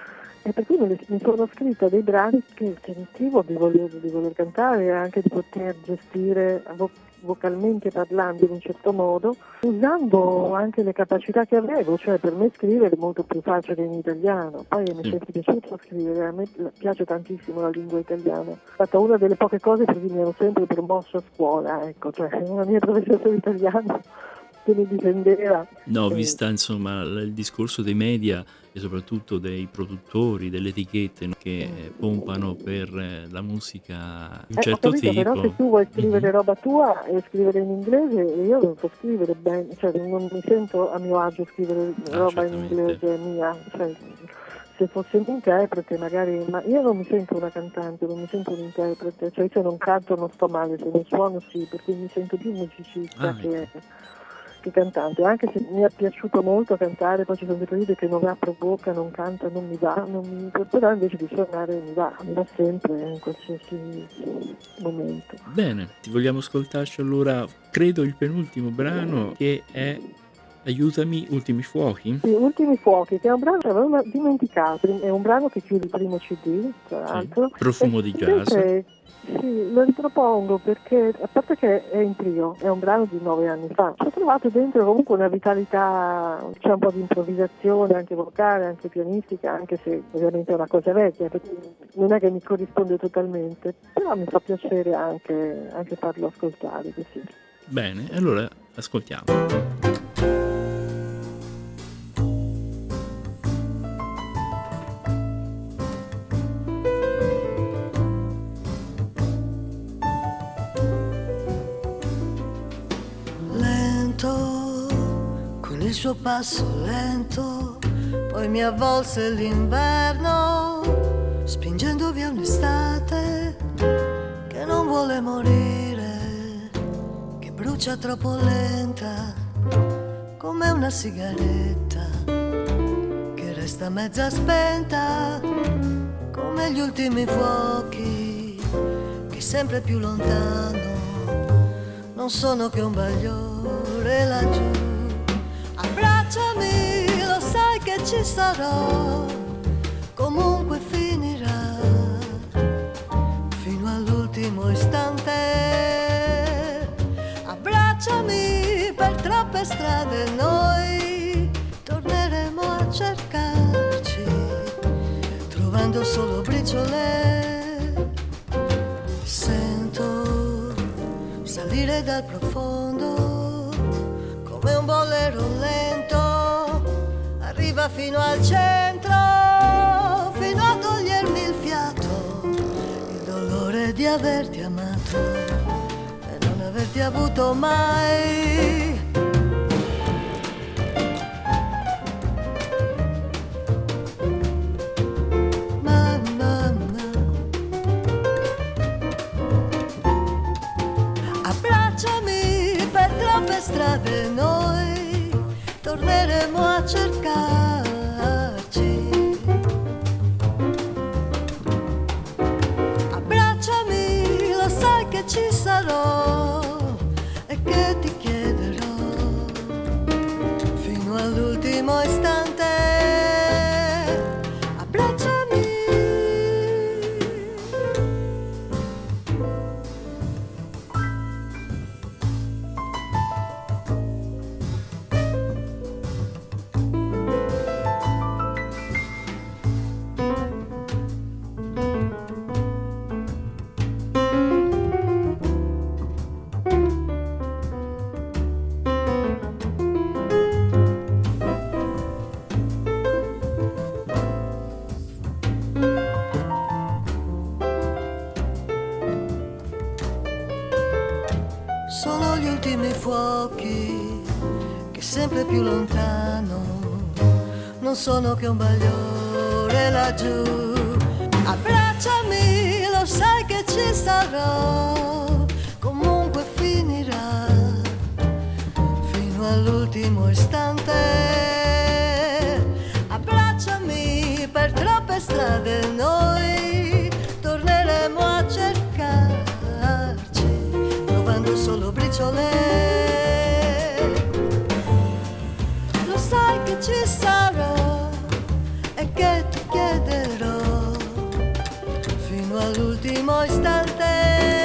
E per cui mi sono scritta dei brani che sentivo di voler, di voler cantare e anche di poter gestire vo- vocalmente parlando in un certo modo, usando anche le capacità che avevo, cioè per me scrivere è molto più facile in italiano. Poi mi è sempre piaciuto scrivere, a me piace tantissimo la lingua italiana. È stata una delle poche cose per cui mi ero sempre promosso a scuola, ecco, cioè una mia professoressa di italiano che mi difendeva. No, vista insomma il discorso dei media e soprattutto dei produttori, delle etichette che eh, pompano per eh, la musica di un Eh, certo ho capito, tipo. però se tu vuoi scrivere Mhm. roba tua e scrivere in inglese, io non so scrivere bene, cioè non mi sento a mio agio scrivere Ah, roba in certamente. inglese mia, cioè, se fossi un interprete magari, ma io non mi sento una cantante, non mi sento un interprete, cioè se non canto non sto male, se non suono sì, per cui mi sento più musicista Ah, che, che cantante, anche se mi è piaciuto molto cantare, poi ci sono dei periodi che non apro bocca, non canta, non mi va, non mi... però invece di suonare mi va, mi va sempre in qualsiasi momento. Bene, ti vogliamo ascoltarci allora, credo il penultimo brano che è Aiutami, Ultimi Fuochi? Sì, Ultimi Fuochi, che è un brano che avevo dimenticato, è un brano che chiude il primo C D, tra Sì, l'altro. Profumo E di jazz. invece, sì, lo ripropongo perché, a parte che è in trio, è un brano di nove anni fa, ci ho trovato dentro comunque una vitalità, c'è un po' di improvvisazione, anche vocale, anche pianistica, anche se ovviamente è una cosa vecchia, perché non è che mi corrisponde totalmente, però mi fa piacere anche, anche farlo ascoltare così. Bene, allora ascoltiamo. Il suo passo lento poi mi avvolse l'inverno, spingendo via un'estate che non vuole morire, che brucia troppo lenta come una sigaretta, che resta mezza spenta come gli ultimi fuochi, che sempre più lontano non sono che un bagliore laggiù. Abbracciami, lo sai che ci sarò, comunque finirà, fino all'ultimo istante. Abbracciami, per troppe strade noi torneremo a cercarci, trovando solo briciole. Sento salire dal profondo come un bolero lento, arriva fino al centro, fino a togliermi il fiato, il dolore di averti amato e non averti avuto mai. Mamma, abbracciami, per troppe strade noi torneremo a cercarci. Abbracciami, lo sai che ci sarò e che ti chiederò fino all'ultimo istante. Abbracciami. sono gli ultimi fuochi che sempre più lontano non sono che un bagliore laggiù. Abbracciami, lo sai che ci sarò, comunque finirà fino all'ultimo istante. Abbracciami, per troppe strade noi torneremo a cercarci, trovando solo briciole. Lo sai che ci sarò e che ti chiederò fino all'ultimo istante.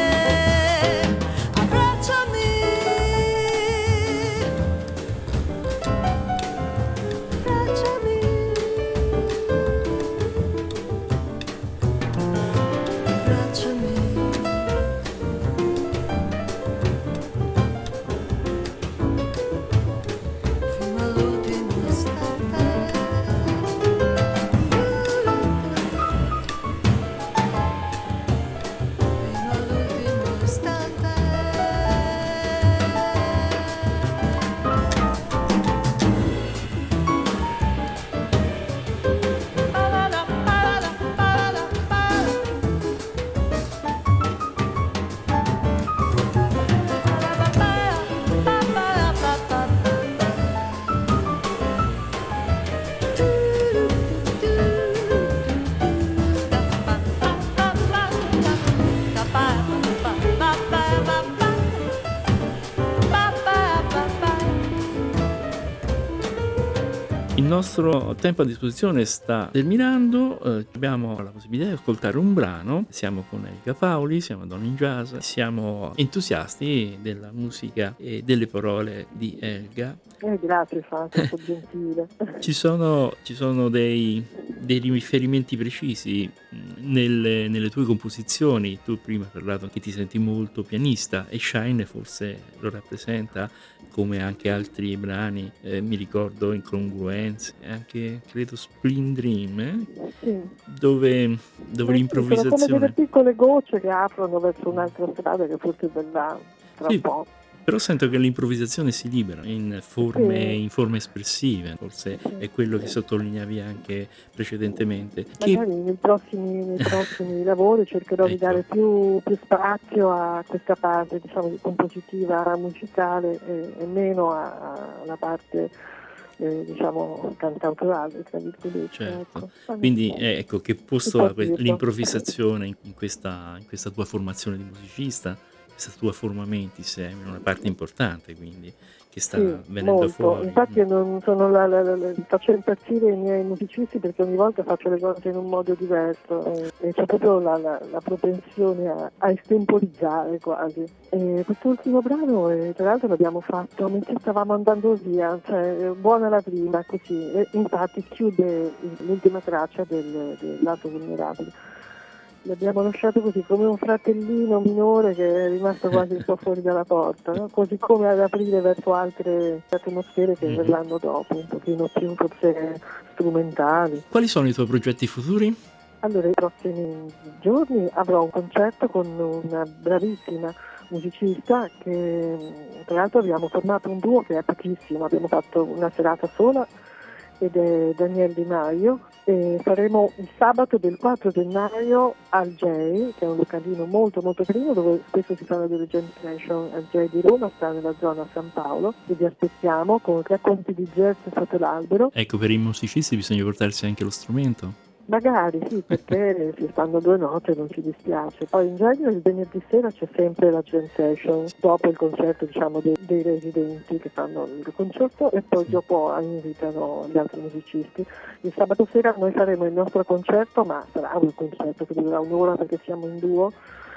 Il nostro tempo a disposizione sta terminando, eh, abbiamo la possibilità di ascoltare un brano, siamo con Elga Paoli, siamo a Don in Jazz, siamo entusiasti della musica e delle parole di Elga. Eh, grazie, fa, troppo gentile. Ci sono, ci sono dei, dei riferimenti precisi nelle, nelle tue composizioni. Tu prima hai parlato che ti senti molto pianista e Shine forse lo rappresenta, come anche altri brani, eh, mi ricordo Incongruenze, anche credo Spleen Dream, eh? Sì. dove, dove sì, l'improvvisazione... Sono come delle piccole gocce che aprono verso un'altra strada che forse verrà tra sì, un po'. Però sento che l'improvvisazione si libera in forme, sì. in forme espressive, forse sì, è quello che sottolineavi anche precedentemente. Magari Che... nei prossimi, nei prossimi lavori cercherò ecco. di dare più, più spazio a questa parte, diciamo, compositiva, musicale e, e meno a- alla parte eh, diciamo cantautorale, tra virgolette. Certo. Ecco. Quindi eh, ecco che posto ha que- l'improvvisazione in, in, questa, in questa tua formazione di musicista, questa tua forma mentis è una parte importante, quindi che sta sì, venendo molto. fuori. Infatti io non sono la, la, la, la, faccio impazzire i miei musicisti perché ogni volta faccio le cose in un modo diverso e, e c'è proprio la, la, la propensione a, a estemporizzare quasi. E quest'ultimo brano eh, tra l'altro l'abbiamo fatto mentre stavamo andando via, cioè buona la prima così, e infatti chiude l'ultima traccia del, del lato vulnerabile. L'abbiamo lasciato così come un fratellino minore che è rimasto quasi un po' fuori dalla porta, no? Così come ad aprire verso altre atmosfere che verranno dopo, un pochino più forse strumentali. Quali sono i tuoi progetti futuri? Allora, i prossimi giorni avrò un concerto con una bravissima musicista che tra l'altro abbiamo formato un duo che è pochissimo, abbiamo fatto una serata sola ed è Daniel Di Maio e faremo il sabato del quattro gennaio al J, che è un localino molto molto carino dove spesso si fanno delle jam session. Al J di Roma, sta nella zona San Paolo, e vi aspettiamo con racconti di jazz sotto l'albero. Ecco, per i musicisti bisogna portarsi anche lo strumento. Magari sì, perché si fanno due note, non ci dispiace. Poi in genere il venerdì sera c'è sempre la jam session, dopo il concerto diciamo dei, dei residenti che fanno il concerto e poi dopo invitano gli altri musicisti. Il sabato sera noi faremo il nostro concerto, ma sarà un concerto che durerà un'ora perché siamo in duo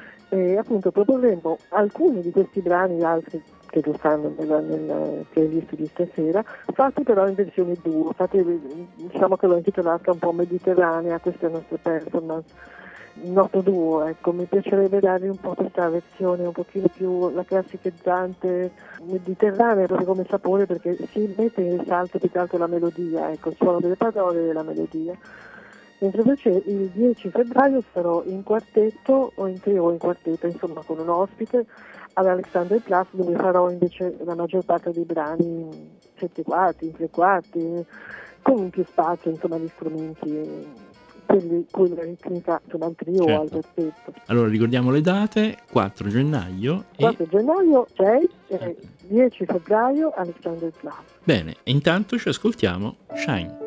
e appunto proporremo alcuni di questi brani, altri che lo stanno nella, nella playlist di stasera, fatti però in versione duo, fatti, diciamo che l'ho intitolata un po' mediterranea, questa è la nostra performance, il nostro duo, ecco, mi piacerebbe dargli un po' questa versione un pochino più la classicheggiante mediterranea proprio come sapore, perché si mette in risalto più che altro la melodia, ecco, il suono delle parole e la melodia. mentre invece il dieci febbraio sarò in quartetto o in trio o in quartetto, insomma con un ospite all'Alexanderplatz, dove farò invece la maggior parte dei brani in sette quarti, in tre quarti, con più spazio, insomma, di strumenti quelli cui la ritmica, insomma, al trio o al Certo. quartetto. Allora ricordiamo le date: quattro gennaio e... quattro gennaio, sei e dieci febbraio Alexanderplatz. Bene, e intanto ci ascoltiamo Shine.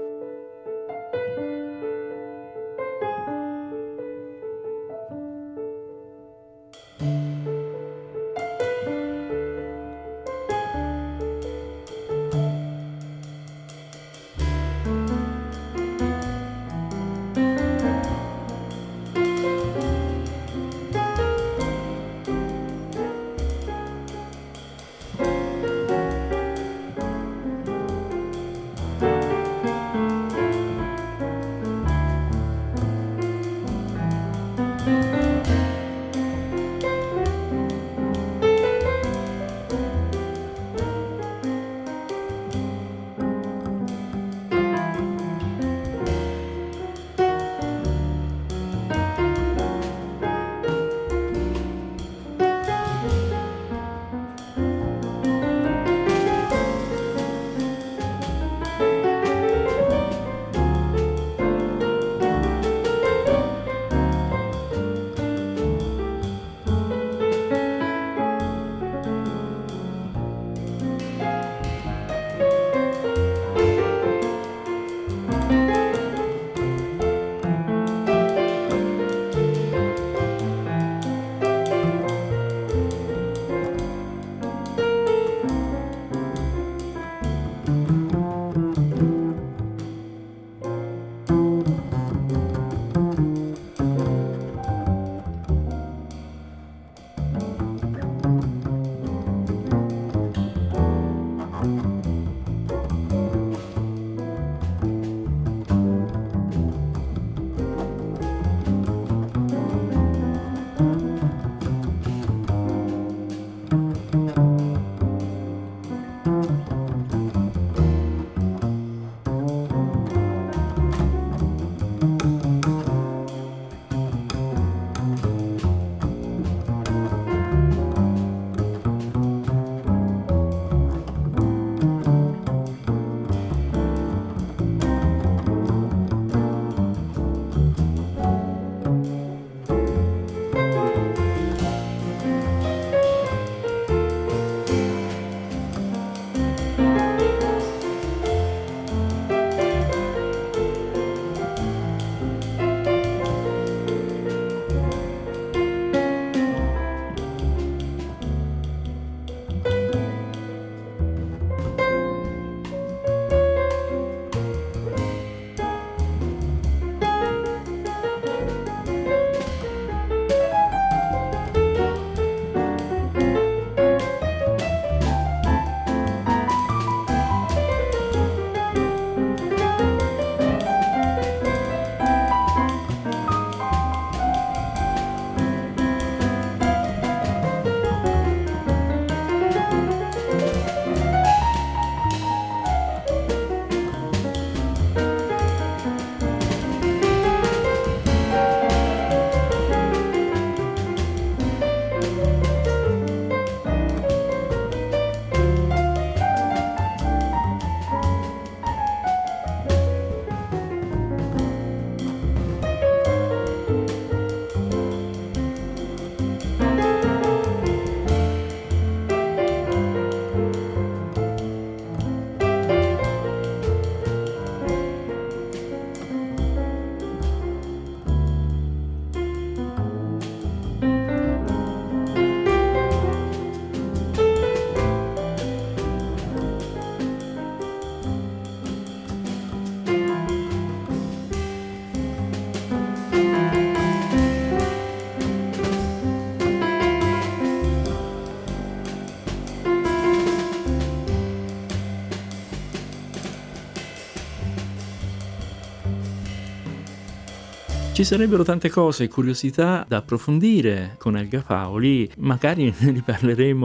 Ci sarebbero tante cose e curiosità da approfondire con Elga Paoli, magari ne riparleremo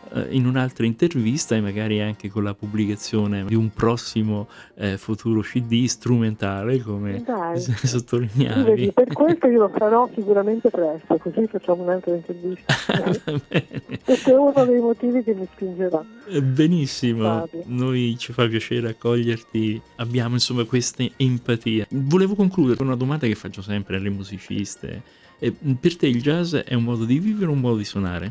eh, in un'altra intervista e magari anche con la pubblicazione di un prossimo eh, futuro C D strumentale, come Dai. sottolineavi. Vedi, per questo io lo farò sicuramente presto, così facciamo un'altra intervista. Questo è uno dei motivi che mi spingerà. Benissimo, Fabio. noi ci fa piacere accoglierti, abbiamo insomma questa empatia. Volevo concludere con una domanda che faccio sempre alle musiciste. E per te il jazz è un modo di vivere o un modo di suonare?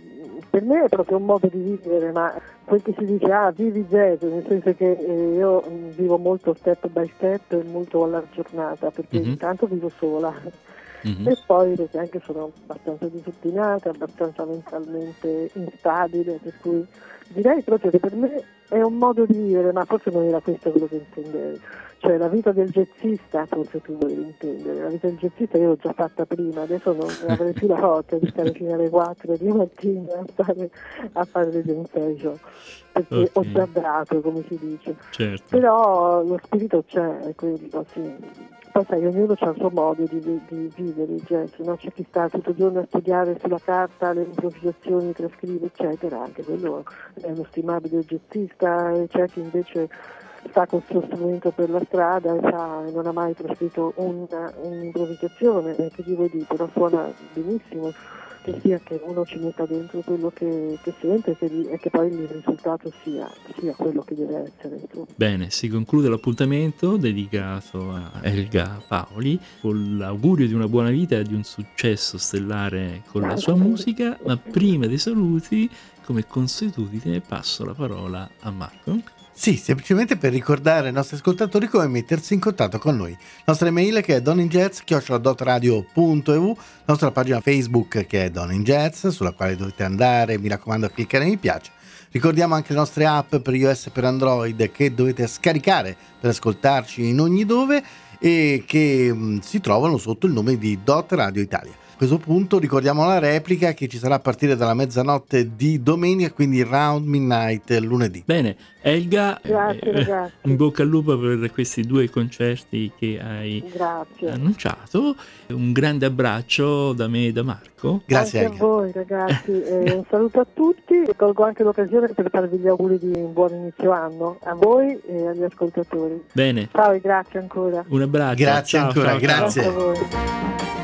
Per me è proprio un modo di vivere, ma quel che si dice, ah, vivi jazz, nel senso che eh, io mh, vivo molto step by step e molto alla giornata, perché Mhm. intanto vivo sola. Mhm. E poi perché anche sono abbastanza disciplinata, abbastanza mentalmente instabile, per cui direi proprio che per me è un modo di vivere, ma forse non era questo quello che intendevi. Cioè la vita del jazzista, forse tu volevi intendere, la vita del jazzista io l'ho già fatta prima, adesso non ne avrei più la forza di stare fino alle quattro di mattina a fare, a fare le jam session, perché Ok. ho già dato, come si dice. Certo. Però lo spirito c'è, è quello, sì. Poi sai, ognuno ha il suo modo di, di- di vivere il jazz, no? C'è chi sta tutto il giorno a studiare sulla carta le improvvisazioni, trascrive, eccetera, anche quello è uno stimabile jazzista, e c'è chi invece sta col suo strumento per la strada e, fa, e non ha mai trascritto una, un'improvvisazione, e che dico di, però suona benissimo, che sia che uno ci metta dentro quello che, che sente e che, gli- e che poi il risultato sia, sia quello che deve essere. insomma. Bene, si conclude l'appuntamento dedicato a Elga Paoli con l'augurio di una buona vita e di un successo stellare con la sua musica, ma prima dei saluti, come consuetudine, passo la parola a Marco. Sì, semplicemente per ricordare ai nostri ascoltatori come mettersi in contatto con noi. Nostra email che è doninjazz chiocciola dot radio punto e u, nostra pagina Facebook che è Don in Jazz, sulla quale dovete andare, mi raccomando, a cliccare mi piace. Ricordiamo anche le nostre app per iOS e per Android che dovete scaricare per ascoltarci in ogni dove e che mh, si trovano sotto il nome di Dot Radio Italia. A questo punto ricordiamo la replica che ci sarà a partire dalla mezzanotte di domenica, quindi round midnight lunedì. Bene, Elga, Grazie, eh, ragazzi. in bocca al lupo per questi due concerti che hai Grazie. annunciato. Un grande abbraccio da me e da Marco. Grazie anche Elga. a voi ragazzi, e un saluto a tutti e colgo anche l'occasione per farvi gli auguri di un buon inizio anno a voi e agli ascoltatori. Bene, Ciao e grazie ancora. un abbraccio. Grazie ciao, ancora, ciao, ciao. grazie. Grazie a voi.